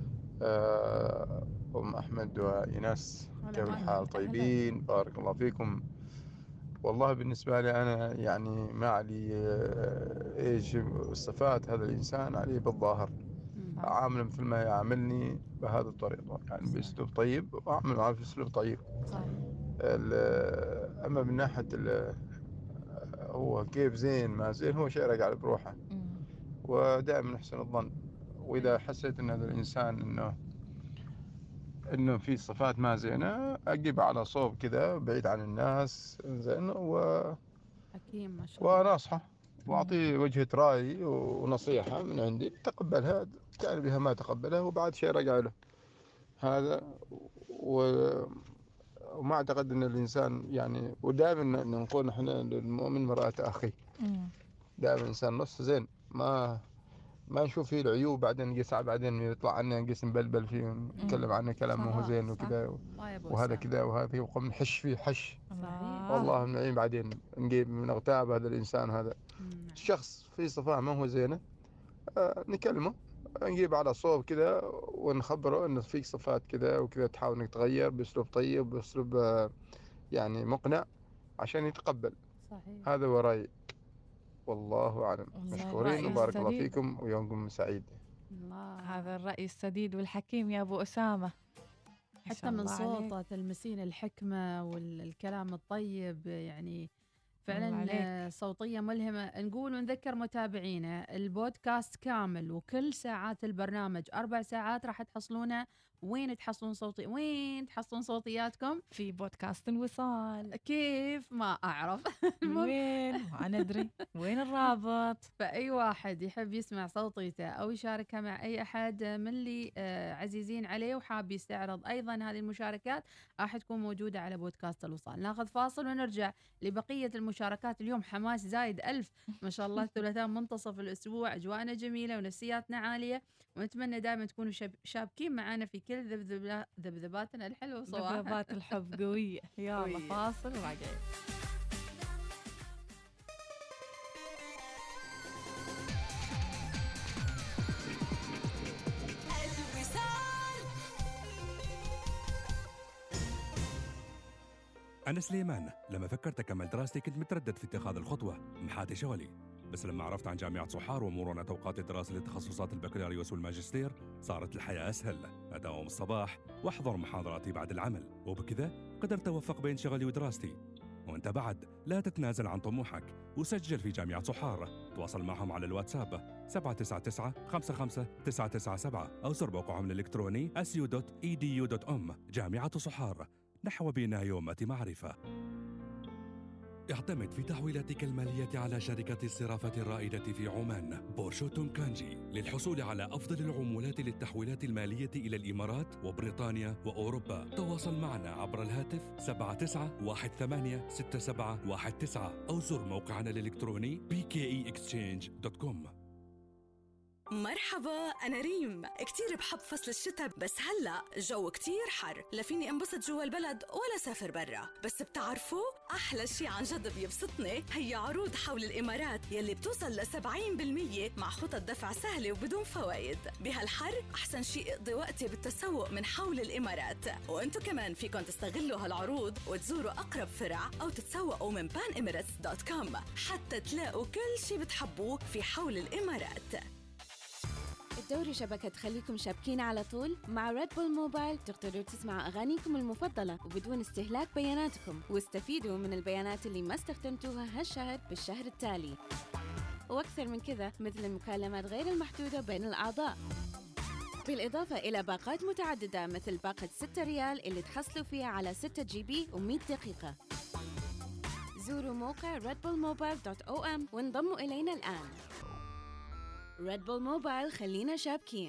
أم أحمد وإيناس، كيف الحال؟ طيبين؟ بارك الله فيكم. والله بالنسبة لي أنا يعني ما علي إيش الصفات هذا الإنسان عليه بالظاهر، أعامله مثل ما يعاملني بهذه الطريقة، يعني بأسلوب طيب وأعمل معه بأسلوب طيب. أما من ناحية هو كيف زين ما زين، هو شيء رجع بروحه، ودائما نحسن الظن. وإذا حسيت أن هذا الإنسان أنه انه في صفات ما زينه اجيب على صوب كذا بعيد عن الناس زين و حكيم ما شاء الله وناصحه واعطيه وجهه راي ونصيحه من عندي تقبلها كان بها ما تقبلها وبعد شيء رجع له هذا و... وما اعتقد ان الانسان يعني ودائما نقول نحن للمؤمن مرآة اخي دائما الانسان نص زين ما ما نشوف فيه العيوب بعدين نقيس بعدين يطلع عنا نقيس نبلبل فيه ونتكلم عنه كلام مو زين وكذا وهذا كذا وهذا وقم نحش فيه حش والله المعين بعدين نجيب من اغتاب هذا الانسان هذا الشخص فيه صفات ما هو زينه آه نكلمه نجيب على صوب كذا ونخبره انه فيك صفات كذا وكذا تحاول انك تغير باسلوب طيب باسلوب آه يعني مقنع عشان يتقبل صحيح. هذا هو رايي والله أعلم. مشكورين وبارك الله فيكم ويومكم سعيد. الله. هذا الرأي السديد والحكيم يا أبو أسامة. حتى من صوته تلمسين الحكمة والكلام الطيب يعني فعلا صوتية ملهمة. نقول ونذكر متابعينا البودكاست كامل وكل ساعات البرنامج أربع ساعات راح تحصلونه. وين تحصلون صوتي وين تحصلون صوتياتكم؟ في بودكاست الوصال. كيف ما أعرف وين ما ندري وين الرابط. فأي واحد يحب يسمع صوتيته أو يشاركها مع أي أحد من اللي عزيزين عليه وحاب يستعرض أيضا هذه المشاركات راح تكون موجودة على بودكاست الوصال. ناخذ فاصل ونرجع لبقية المشاركات. اليوم حماس زايد ألف ما شاء الله. الثلاثاء منتصف الأسبوع أجواءنا جميلة ونفسياتنا عالية ونتمنى دائما تكونوا شابكين معنا في كل ذبذبات ذبذباتنا الحلوة صراحة. ذبذبات الحب قوية. يلا فاصل وراجعين. أنا سليمان. لما فكرت أكمل دراستي كنت متردد في اتخاذ الخطوة محاتي شغلي، بس لما عرفت عن جامعة صحار ومرونة توقات الدراسة لتخصصات البكالوريوس والماجستير صارت الحياة أسهل. أداوم الصباح وأحضر محاضراتي بعد العمل، وبكذا قدرت أوفق بين شغلي ودراستي. وأنت بعد لا تتنازل عن طموحك وسجل في جامعة صحار. تواصل معهم على الواتساب سبعة تسعة تسعة خمسة خمسة تسعة تسعة سبعة أو زر موقعهم الإلكتروني اس يو دوت اي دي يو دوت ام. جامعة صحار، نحو بناء يومة معرفة. اعتمد في تحويلاتك المالية على شركة الصرافة الرائدة في عمان بورشو تونكانجي للحصول على أفضل العمولات للتحويلات المالية إلى الإمارات وبريطانيا وأوروبا. تواصل معنا عبر الهاتف سبعة تسعة واحد ثمانية ستة سبعة واحد تسعة أو زر موقعنا الإلكتروني بي كي إي إكسشينج دوت كوم. مرحبا، أنا ريم. كتير بحب فصل الشتاء بس هلأ الجو كتير حر، لا فيني انبسط جوا البلد ولا سافر برا. بس بتعرفوا أحلى شي عن جد بيبسطني هي عروض حول الإمارات يلي بتوصل لسبعين بالمية مع خطط دفع سهلة وبدون فوائد. بهالحر أحسن شي اقضي وقتي بالتسوق من حول الإمارات، وانتو كمان فيكن تستغلوا هالعروض وتزوروا أقرب فرع أو تتسوقوا من بان إماراتس دوت كوم حتى تلاقوا كل شي بتحبوه في حول الإمارات. الدوري شبكة تخليكم شابكين على طول. مع ريد بول موبايل تقدروا تسمعوا أغانيكم المفضلة وبدون استهلاك بياناتكم، واستفيدوا من البيانات اللي ما استخدمتوها هالشهر بالشهر التالي، وأكثر من كذا مثل المكالمات غير المحدودة بين الأعضاء، بالإضافة إلى باقات متعددة مثل باقة ستة ريال اللي تحصلوا فيها على ستة جي بي ومئة دقيقة. زوروا موقع ريد بول موبايل دوت أو أم وانضموا إلينا الآن. ريد بول موبايل، خلينا شابكين.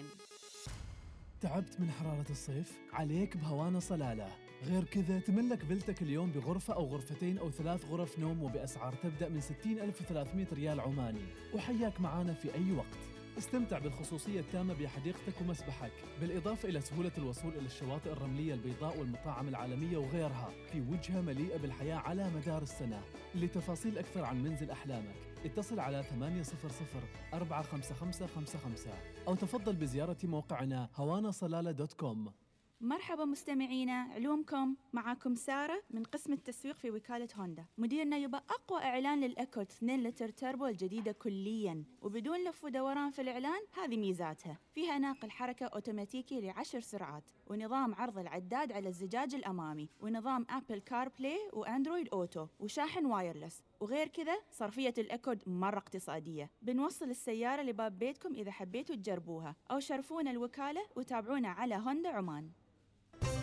تعبت من حرارة الصيف؟ عليك بهوانا صلالة. غير كذا تملك فيلتك اليوم بغرفة أو غرفتين أو ثلاث غرف نوم وبأسعار تبدأ من ستين ألف وثلاثمئة ريال عماني، وحياك معانا في أي وقت. استمتع بالخصوصية التامة بحديقتك ومسبحك، بالإضافة إلى سهولة الوصول إلى الشواطئ الرملية البيضاء والمطاعم العالمية وغيرها في وجهة مليئة بالحياة على مدار السنة. لتفاصيل أكثر عن منزل أحلامك اتصل على ثمانية صفر صفر أربعة خمسة خمسة خمسة خمسة أو تفضل بزيارة موقعنا هوانا صلالة دوت كوم. مرحبا مستمعينا، علومكم. معاكم سارة من قسم التسويق في وكالة هوندا. مديرنا يبقى أقوى إعلان للأكورد اثنين لتر تربو الجديدة كلياً وبدون لف ودوران في الإعلان. هذه ميزاتها، فيها ناقل حركة أوتوماتيكي لعشر سرعات، ونظام عرض العداد على الزجاج الأمامي، ونظام أبل كار بلاي وأندرويد أوتو، وشاحن وايرلس. وغير كذا صرفية الأكورد مرة اقتصادية. بنوصل السيارة لباب بيتكم إذا حبيتوا تجربوها، أو شرفونا الوكالة وتابعونا على هوندا عمان.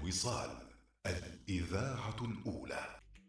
وصال، الإذاعة الأولى.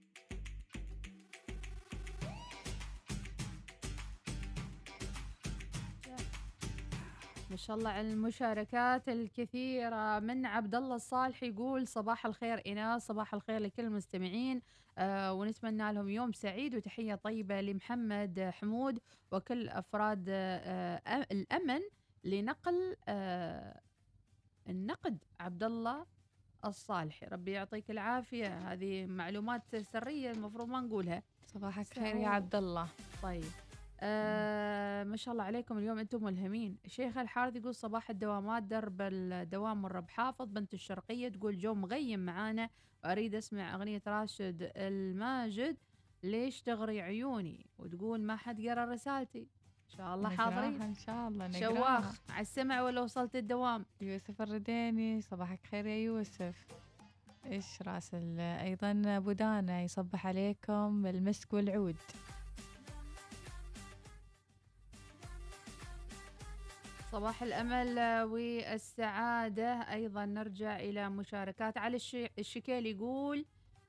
ما شاء الله على المشاركات الكثيرة. من عبد الله الصالح يقول صباح الخير إيناس، صباح الخير لكل المستمعين، آه ونتمنى لهم يوم سعيد، وتحية طيبة لمحمد حمود وكل أفراد آه الأمن لنقل آه النقد. عبد الله الصالح، ربي يعطيك العافية، هذه معلومات سرية المفروض ما نقولها. صباحك خير يا عبد الله. طيب آه ما شاء الله عليكم، اليوم انتم ملهمين. شيخ الحارث يقول صباح الدوامات، درب الدوام مر بحافظ. بنت الشرقية تقول جو مغيم معانا واريد اسمع اغنية راشد الماجد ليش تغري عيوني، وتقول ما حد قرا رسالتي. ان شاء الله حاضرين ان شاء الله نقراها. شواخ على السمع ولا وصلت الدوام. يوسف الرديني صباحك خير يا يوسف. ايش راسل ايضا ابو دانا يصبح عليكم بالمسك والعود. صباح الأمل والسعادة. أيضا نرجع إلى مشاركات. علي الشكيل يقول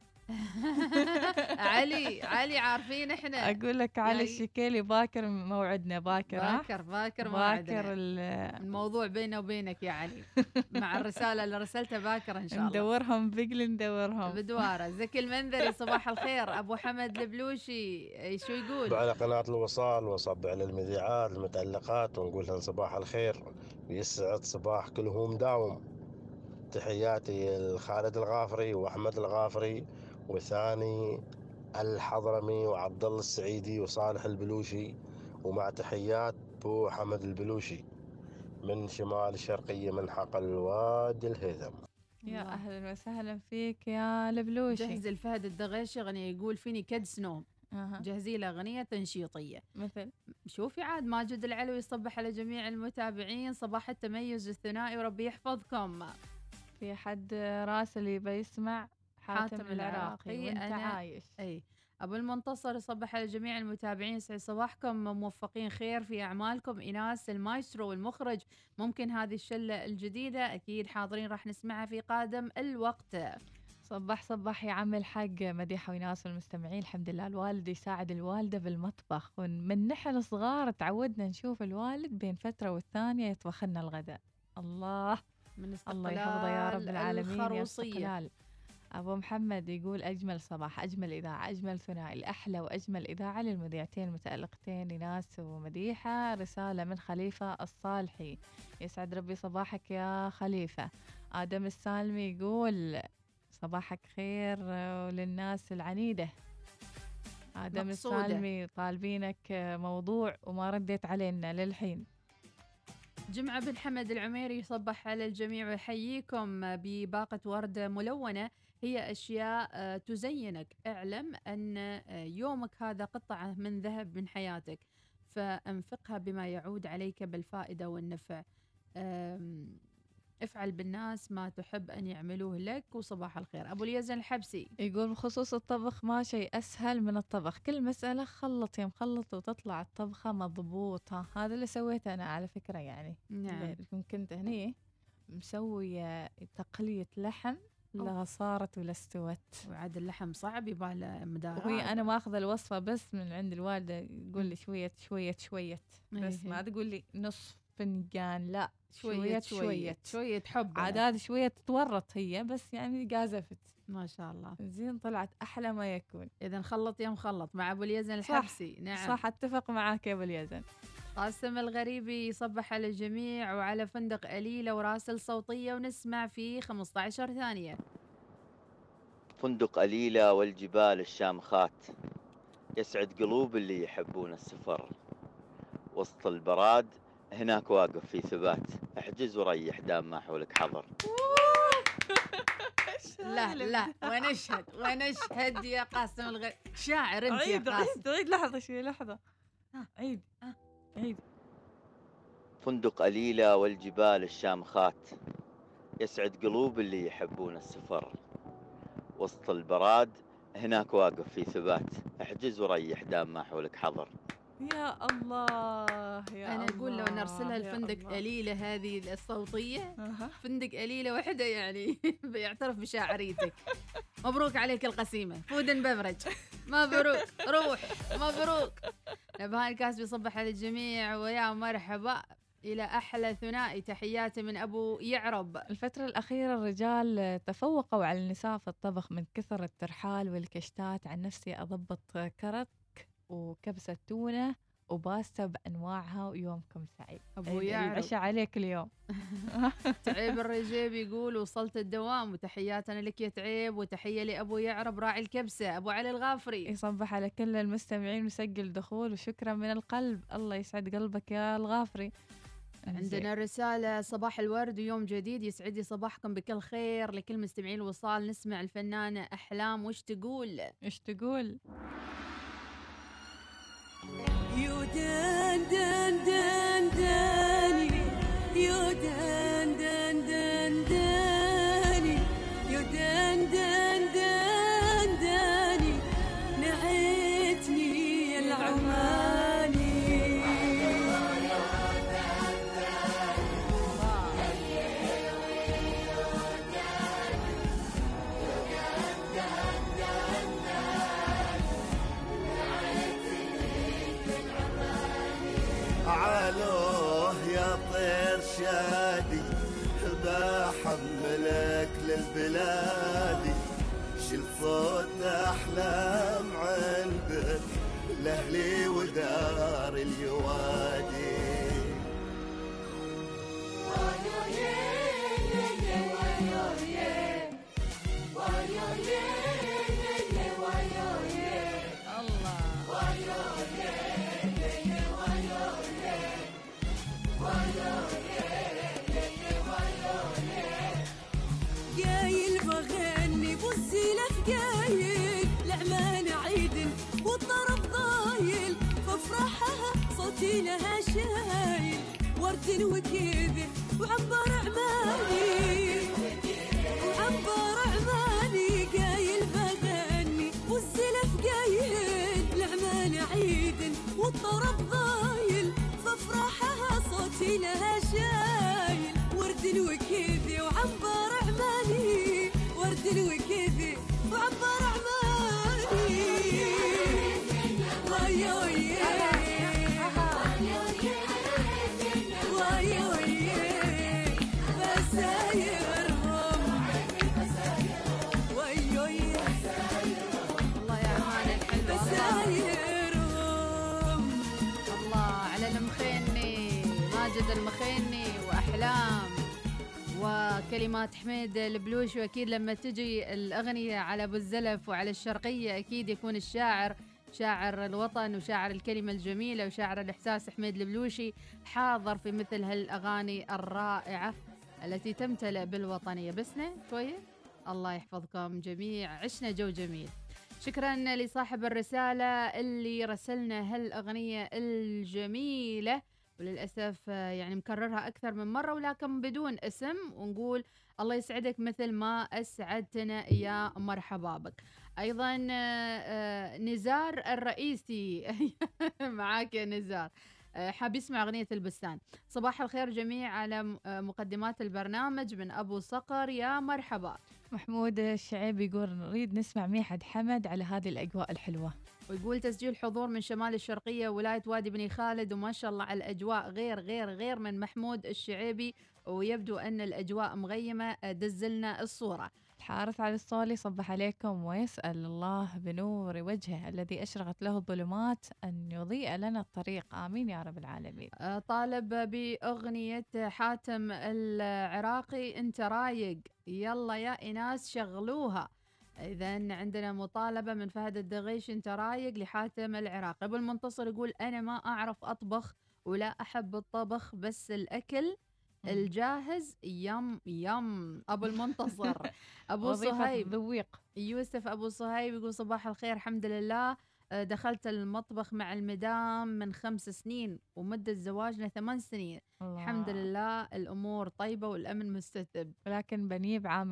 علي علي عارفين احنا، اقول لك علي يعني الشكيلي باكر موعدنا، باكر باكر باكر باكر الموضوع بينه وبينك يا علي مع الرسالة اللي رسلتها باكر ان شاء الله. ندورهم بقل ندورهم بدواره. زكي المنذري صباح الخير. ابو حمد البلوشي شو يقول؟ على قناة الوصال، وصب على المذيعات المتألقات ونقول لهم صباح الخير ويسعد صباح كلهم داوم. تحياتي لخالد الغافري واحمد الغافري وثاني الحضرمي وعبد الله السعيدي وصالح البلوشي، ومع تحيات بو حمد البلوشي من شمال الشرقية من حقل الوادي الهيثم. يا اهلا وسهلا فيك يا البلوشي. جهز الفهد الدغيشي اغنية يقول فيني كدس نوم. أه. جهزي له اغنية تنشيطية مثل. شوفي عاد ماجد العلوي يصبح على جميع المتابعين صباح التميز الثنائي وربي يحفظكم. في حد راسل يبي يسمع حاتم, حاتم العراقي وانت عايش. اي ابو المنتصر يصبح على جميع المتابعين، يسعد صباحكم، موفقين خير في اعمالكم. ايناس المايسترو والمخرج، ممكن هذه الشله الجديده اكيد حاضرين راح نسمعها في قادم الوقت. صباح صباح يا عم الحق مديحه وإيناس والمستمعين. الحمد لله الوالد يساعد الوالده بالمطبخ، ومن نحن صغار تعودنا نشوف الوالد بين فتره والثانيه يطبخ لنا الغداء. الله من الله يحفظه يا رب العالمين. يا استقلال. أبو محمد يقول أجمل صباح، أجمل إذاعة، أجمل ثنائي، الأحلى وأجمل إذاعة للمذيعتين المتألقتين إيناس ومديحة. رسالة من خليفة الصالحي، يسعد ربي صباحك يا خليفة. آدم السالمي يقول صباحك خير للناس العنيدة. آدم مقصودة. السالمي طالبينك موضوع وما رديت علينا للحين. جمعة بن حمد العميري يصبح على الجميع ويحييكم بباقة وردة ملونة، هي أشياء تزينك. اعلم أن يومك هذا قطعة من ذهب من حياتك، فأنفقها بما يعود عليك بالفائدة والنفع. افعل بالناس ما تحب أن يعملوه لك. وصباح الخير. أبو اليزن الحبسي يقول بخصوص الطبخ ما شيء أسهل من الطبخ، كل مسألة خلط يا مخلط وتطلع الطبخة مضبوطة. هذا اللي سويته أنا على فكرة يعني. نعم. كنت هني مسوية تقلية لحم لا صارت ولا استوت. وعاد اللحم صعب يباله مدارات. وهي أنا ما أخذ الوصفة بس من عند الوالدة، يقول لي شوية شوية شوية بس، ما تقول لي نصف فنجان، لا شوية شوية شوية حب. عادات شوية تتورط هي بس يعني قازفت ما شاء الله. زين طلعت أحلى ما يكون. إذا خلط يا مخلط مع أبو اليزن الحبسي. نعم صح أتفق معاك يا أبو اليزن. قاسم الغريبي يصبح على الجميع وعلى فندق أليلة وراسل صوتية ونسمع في خمسة عشر ثانية. فندق أليلة والجبال الشامخات، يسعد قلوب اللي يحبون السفر. وسط البراد هناك واقف في ثبات، احجز وريح دام ما حولك حظر. لا لا ونشهد ونشهد يا قاسم الغريب. شاعر انت يا قاسم. عيد عيد لحظة شوي لحظة. عيد عيد. فندق أليلة والجبال الشامخات، يسعد قلوب اللي يحبون السفر. وسط البراد هناك واقف في ثبات، احجز وريح دام ما حولك حظر. يا الله يا أنا أقول لو الله، نرسلها يا الفندق الله. قليلة هذه الصوتية، أها. فندق قليلة واحدة يعني بيعترف بشاعريتك. مبروك عليك القسيمة، فود اند بفرج، مبروك، روح مبروك. نبهان الكاسبي يصبح على الجميع ويا مرحبا إلى أحلى ثنائي، تحياتي من أبو يعرب. الفترة الأخيرة الرجال تفوقوا على النساء في الطبخ من كثر الترحال والكشتات. عن نفسي أضبط كرك وكبسة تونة وباستا بأنواعها، ويومكم سعيد. أبو عيد يعرب. العشاء عليك اليوم. تعيب الرجيب يقول وصلت الدوام، وتحياتنا لك يا تعيب، وتحية لأبو يعرب راعي الكبسة أبو علي الغافري. يصبح على كل المستمعين وسجل دخول، وشكرا من القلب. الله يسعد قلبك يا الغافري. عندنا رسالة صباح الورد ويوم جديد، يسعد لي صباحكم بكل خير. لكل مستمعين الوصال نسمع الفنانة أحلام وش تقول. وش تقول؟ يو دان دان دان داني، يو دان دان دان داني، يو دان دان دان داني، نعيتني العماني. علوه يا طير شادي، بحملك للبلادي، شل صوت أحلام عندك لأهلي ودار اليوادي. قايل بغني بوزيلك قايل لعمان عيد والطرف ضايل، فافرحها صوتي لها شايل، ورد وكذب وعنبر عماني، وعنبر عماني. قايل بغني بوزيلك قايل لعمان عيد والطرف ضايل، فافرحها صوتي لها شايل، ورد وكذي وعنبر عماني، ورد وكذي وعنبر عماني. وايا ويا وايا ويا بسايرهم، وايا ويا الله يا عمان الحلوة، بسايرهم. الله على المخيني ماجد المخيني وأحلام وكلمات حميد البلوش. وأكيد لما تجي الأغنية على أبو الزلف وعلى الشرقية أكيد يكون الشاعر شاعر الوطن وشاعر الكلمة الجميلة وشاعر الإحساس حميد البلوشي حاضر في مثل هالأغاني الرائعة التي تمتلئ بالوطنية. بسنا شوية. الله يحفظكم جميع، عشنا جو جميل. شكرا لصاحب الرسالة اللي رسلنا هالأغنية الجميلة، وللأسف يعني مكررها أكثر من مرة ولكن بدون اسم، ونقول الله يسعدك مثل ما أسعدتنا يا مرحبا بك. أيضا نزار الرئيسي معاك يا نزار، حاب يسمع أغنية البستان. صباح الخير جميع على مقدمات البرنامج من أبو صقر، يا مرحبا. محمود الشعيب يقول نريد نسمع ميحد حمد على هذه الأجواء الحلوة. ويقول تسجيل حضور من شمال الشرقية ولاية وادي بني خالد، وما شاء الله على الأجواء غير غير غير من محمود الشعيبي، ويبدو أن الأجواء مغيمة. دزلنا الصورة. الحارث على الصالي صبح عليكم ويسأل الله بنور وجهه الذي أشرقت له الظلمات أن يضيء لنا الطريق، آمين يا رب العالمين. طالب بأغنية حاتم العراقي أنت رايق، يلا يا إناس شغلوها. إذن عندنا مطالبة من فهد الدغيش أنت رايق لحاتم العراقي. أبو المنتصر يقول أنا ما أعرف أطبخ ولا أحب الطبخ، بس الأكل الجاهز يم يم. أبو المنتصر. أبو صهيب ذويق. يوسف أبو صهيب يقول صباح الخير، الحمد لله دخلت المطبخ مع المدام من خمس سنين ومدة زواجنا ثمان سنين. الله. الحمد لله الأمور طيبة والأمن مستتب، ولكن بنيب عاملة.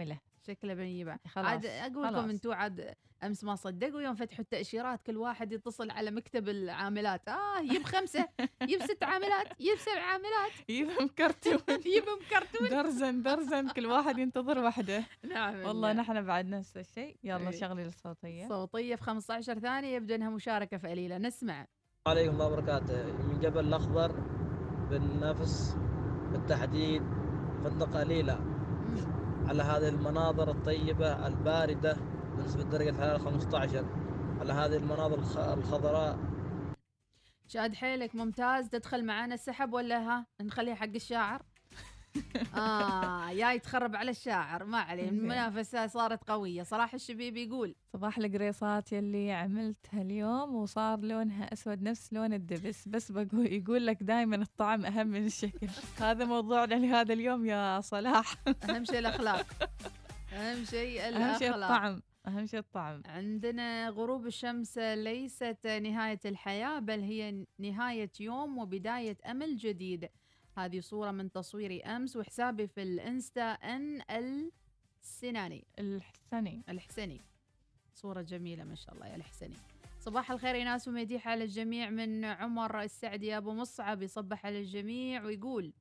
شكله بنيبه. خلاص عاد اقول لكم خلاص. انتم عاد امس ما صدقوا يوم فتحوا التاشيرات كل واحد يتصل على مكتب العاملات، اه يب خمسه يب ست عاملات يب سبع عاملات يب مكرتون يب مكرتون درزن درزن كل واحد ينتظر وحده. نعم والله نحن بعد نفس الشيء. يلا شغلي الصوتيه. صوتيه في خمسة عشر ثانيه يبدو انها مشاركه فعليله. نسمع. عليكم الله وبركاته. من جبل الأخضر بالنفس بالتحديد فندق أليلة، على هذه المناظر الطيبة الباردة بالنسبة لدرجة الحرارة خمسة عشر، على هذه المناظر الخضراء. شاد حيلك ممتاز. تدخل معانا السحب ولا ها نخليها حق الشاعر؟ آه يا يتخرب على الشاعر. ما عليه، المنافسة صارت قوية. صلاح الشبيبي يقول صباح القريصات يلي عملتها اليوم وصار لونها أسود نفس لون الدبس، بس بقول يقول لك دائما الطعم أهم من الشكل. هذا موضوعنا لهذا اليوم يا صلاح. أهم شيء الأخلاق، أهم شيء الأخلاق، أهم شيء الطعم، أهم شيء الطعم. عندنا غروب الشمس ليست نهاية الحياة، بل هي نهاية يوم وبداية أمل جديد. هذه صورة من تصويري أمس وحسابي في الإنستا أن السناني الحسني الحسني. صورة جميلة ما شاء الله يا الحسني. صباح الخير يناس ومديح على الجميع من عمر السعدي يا أبو مصعب، يصبح على الجميع ويقول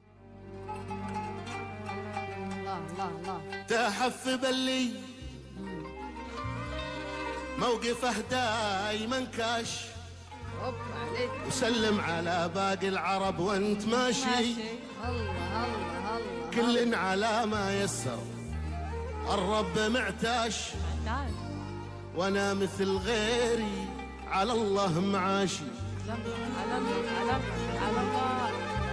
الله الله الله. تحف بلي موقفه دايما كاش، وسلم على باقي العرب وانت ماشي. الله الله الله. كل على ما يسر الرب معتاش، وانا مثل غيري على الله معاشي. على الله على الله.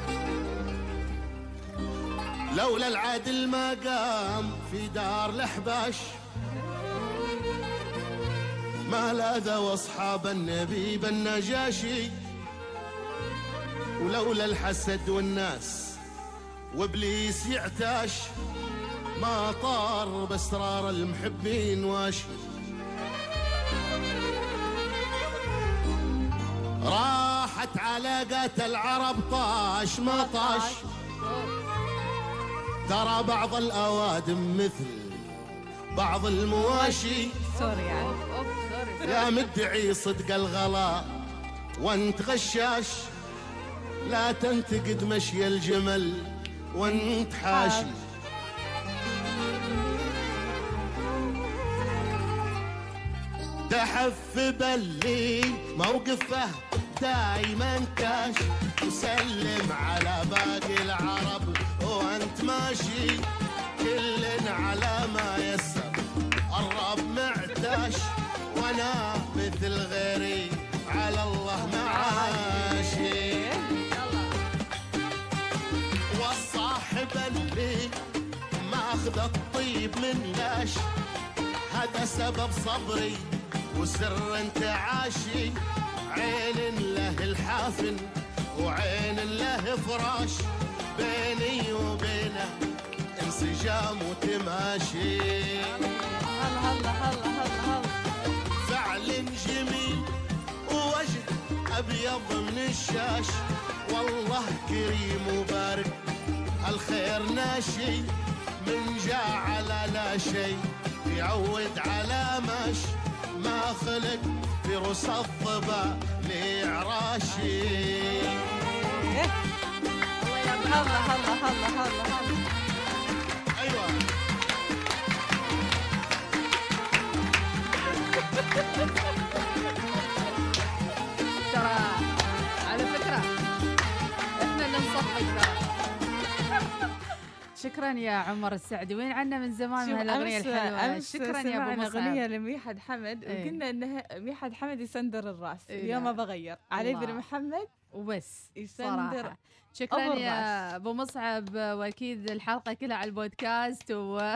لولا العدل ما قام في دار الأحباش، ما لاذا واصحاب النبي بالنجاشي. ولولا الحسد والناس وابليس يعتاش، ما طار باسرار المحبين واشي. راحت علاقات العرب طاش ما طاش، ترى بعض الأوادم مثل بعض المواشي. سوري يعني. يا مدعي صدق الغلا وانت غشاش، لا تنتقد مشي الجمل وانت حاشي. دحف بلي موقفه دايما كاش، وسلم على باقي العرب وانت ماشي. كل على ما يسر الرب معتاش، وانا مثل غيري على الله معاشي. والصاحب اللي ماخذ الطيب من لاش، هذا سبب صبري وسر انتعاشي. عين له الحافل وعين له فراش، بيني وبينه انسجام وتماشي. هلا هلا هلا هلا. فعل جميل ووجه ابيض من الشاش، والله كريم وبارك الخير ناشي. من جاء على لا شيء يعود على ماش، ما خلق في رؤوس الظبا لعراشي. هلا هلا هلا هلا هلا. ايوه ترى على فكرة احنا اللي نصفق ترى. شكرا يا عمر السعدي. وين عنا من زمان من هالاغنيه الحلوه. شكرا يا ابو مصعب. اغنيه لميحد حمد ايه. وقلنا انه ميحد حمد يسندر الراس. ايه. اليوم ما بغير علي بن محمد وبس يسندر صراحة. شكرا يا ابو مصعب، واكيد الحلقه كلها على البودكاست و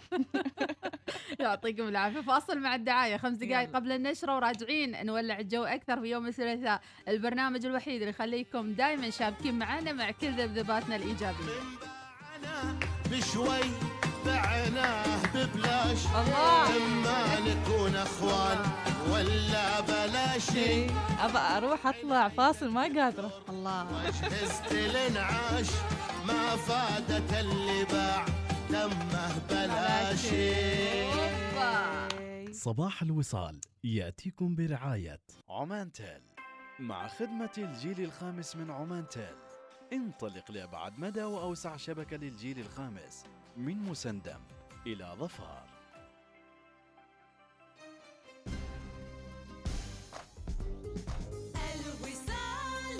يعطيكم العافيه. فاصل مع الدعايه خمس دقائق قبل النشره وراجعين نولع الجو اكثر في يوم الثلاثاء، البرنامج الوحيد اللي يخليكم دائما شابكين معنا مع كل ذبذباتنا الايجابيه. بشوي بعناه ببلاش، الله اما نكون اخوان ولا بلاشي. ابى اروح اطلع فاصل ما قادره. الله وجهزت الانعاش، ما فادت اللي باع دمه بلا شيء. صباح الوصال يأتيكم برعاية عمان تيل. مع خدمة الجيل الخامس من عمان تيل، انطلق لأبعد مدى وأوسع شبكة للجيل الخامس من مسندم إلى ظفار. الوصال.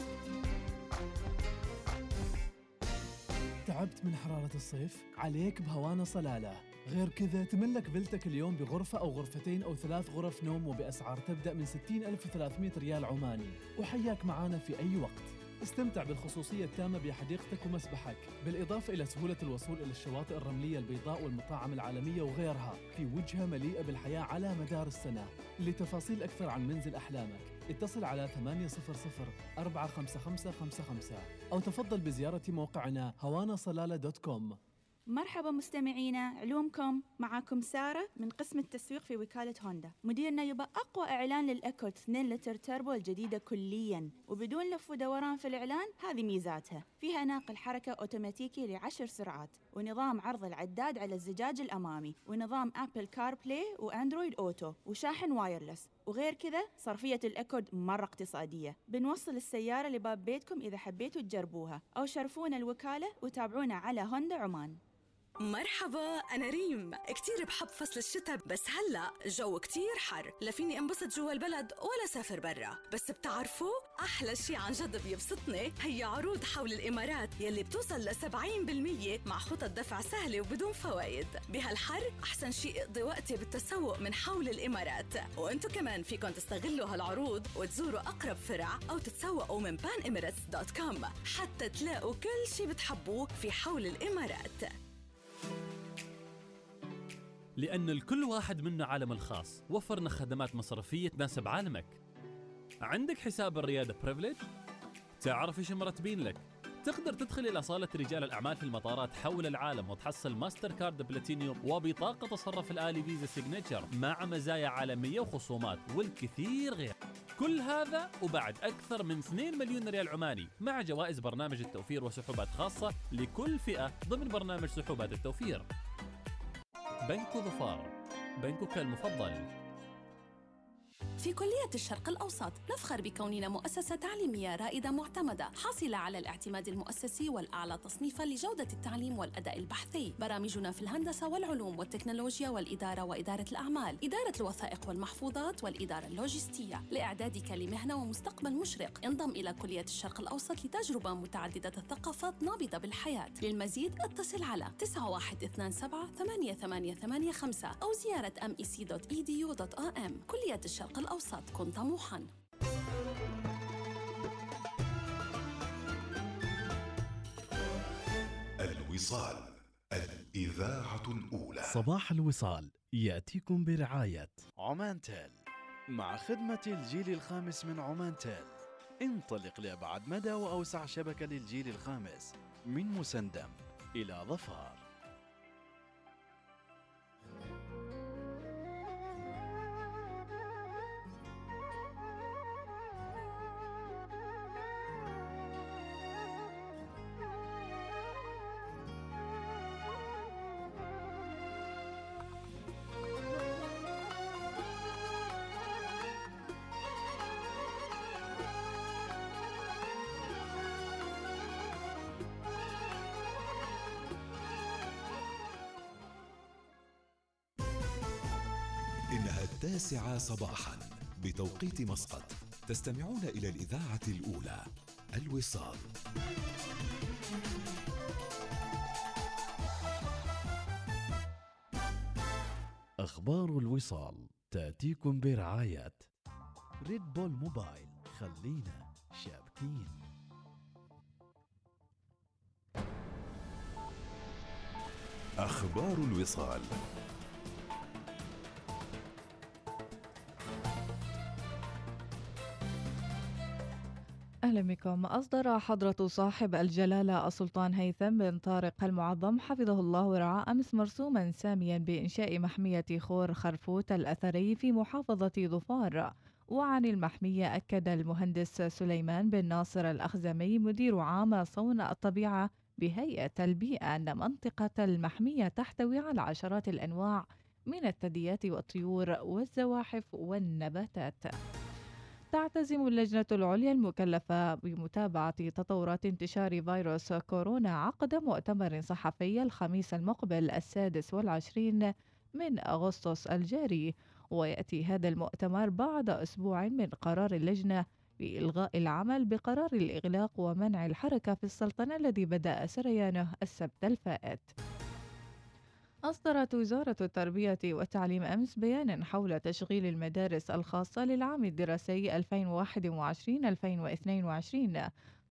تعبت من حرارة الصيف؟ عليك بهوانا صلالة. غير كذا تملك فيلتك اليوم بغرفة أو غرفتين أو ثلاث غرف نوم وبأسعار تبدأ من ستين ألف وثلاثمئة ريال عماني، وحياك معانا في أي وقت. استمتع بالخصوصية التامة بحديقتك ومسبحك، بالإضافة إلى سهولة الوصول إلى الشواطئ الرملية البيضاء والمطاعم العالمية وغيرها في وجهة مليئة بالحياة على مدار السنة. لتفاصيل أكثر عن منزل أحلامك اتصل على ثمانية صفر صفر أربعة خمسة خمسة خمسة خمسة أو تفضل بزيارة موقعنا هوانا صلالة دوت كوم. مرحبا مستمعينا، علومكم، معاكم سارة من قسم التسويق في وكالة هوندا. مديرنا يبقى أقوى إعلان للأكورد اثنين لتر تربو الجديدة كلياً وبدون لف ودوران في الإعلان. هذه ميزاتها، فيها ناقل حركة أوتوماتيكي لعشر سرعات، ونظام عرض العداد على الزجاج الأمامي، ونظام أبل كار بلاي وأندرويد أوتو، وشاحن وايرلس. وغير كذا صرفية الأكورد مرة اقتصادية. بنوصل السيارة لباب بيتكم إذا حبيتوا تجربوها، أو شرفونا الوكالة وتابعونا على هوندا عمان. مرحبا، أنا ريم. كتير بحب فصل الشتاء، بس هلأ جو كتير حر، لا فيني انبسط جوا البلد ولا سافر برا. بس بتعرفوا أحلى شي عن جد بيبسطني هي عروض حول الإمارات يلي بتوصل ل سبعين بالمية مع خطط دفع سهلة وبدون فوائد. بهالحر أحسن شي اقضي وقتي بالتسوق من حول الإمارات، وانتو كمان فيكن تستغلوا هالعروض وتزوروا أقرب فرع أو تتسوقوا من بان إماراتس دوت كوم حتى تلاقوا كل شي بتحبوه في حول الإمارات. لأن الكل واحد منا عالم الخاص، وفرنا خدمات مصرفية تناسب عالمك. عندك حساب الريادة بريفليج؟ تعرف إيش مرتبين لك؟ تقدر تدخل إلى صالة رجال الأعمال في المطارات حول العالم وتحصل ماستر كارد بلاتينيوم وبطاقة تصرف الآلي فيزا سيجنتشر مع مزايا عالمية وخصومات والكثير غير. كل هذا وبعد أكثر من اثنين مليون ريال عماني مع جوائز برنامج التوفير وسحوبات خاصة لكل فئة ضمن برنامج سحوبات التوفير. بنك ظفار، بنكك المفضل. في كلية الشرق الأوسط نفخر بكوننا مؤسسة تعليمية رائدة معتمدة حاصلة على الاعتماد المؤسسي والأعلى تصنيفاً لجودة التعليم والأداء البحثي. برامجنا في الهندسة والعلوم والتكنولوجيا والإدارة وإدارة الأعمال، إدارة الوثائق والمحفوظات والإدارة اللوجستية. لإعدادك لمهنة ومستقبل مشرق انضم إلى كلية الشرق الأوسط لتجربة متعددة الثقافات نابضة بالحياة. للمزيد اتصل على تسعة واحد اثنان سبعة ثمانية ثمانية ثمانية خمسة أو زيارة ام اي سي دوت اي دي يو دوت اي ام. كلية الشرق الأوسط، كن طموحاً. الوصال، الإذاعة الأولى. صباح الوصال يأتيكم برعاية عمان تيل. مع خدمة الجيل الخامس من عمان تيل، انطلق لأبعد مدى وأوسع شبكة للجيل الخامس من مسندم إلى ظفار. إنها التاسعة صباحاً بتوقيت مسقط. تستمعون إلى الإذاعة الأولى، الوصال. أخبار الوصال تأتيكم برعاية ريد بول موبايل. خلينا شابكين. أخبار الوصال. أهلا بكم. أصدر حضرة صاحب الجلالة السلطان هيثم بن طارق المعظم حفظه الله ورعاه أمس مرسوما ساميا بإنشاء محمية خور خرفوت الأثري في محافظة ظفار. وعن المحمية أكد المهندس سليمان بن ناصر الأخزمي مدير عام صون الطبيعة بهيئة البيئة أن منطقة المحمية تحتوي على عشرات الأنواع من الثدييات والطيور والزواحف والنباتات. تعتزم اللجنة العليا المكلفة بمتابعة تطورات انتشار فيروس كورونا عقد مؤتمر صحفي الخميس المقبل السادس والعشرين من أغسطس الجاري، ويأتي هذا المؤتمر بعد أسبوع من قرار اللجنة بإلغاء العمل بقرار الإغلاق ومنع الحركة في السلطنة الذي بدأ سريانه السبت الفائت. أصدرت وزارة التربية والتعليم أمس بيانا حول تشغيل المدارس الخاصة للعام الدراسي ألفين وواحد وعشرين ألفين واثنين وعشرين،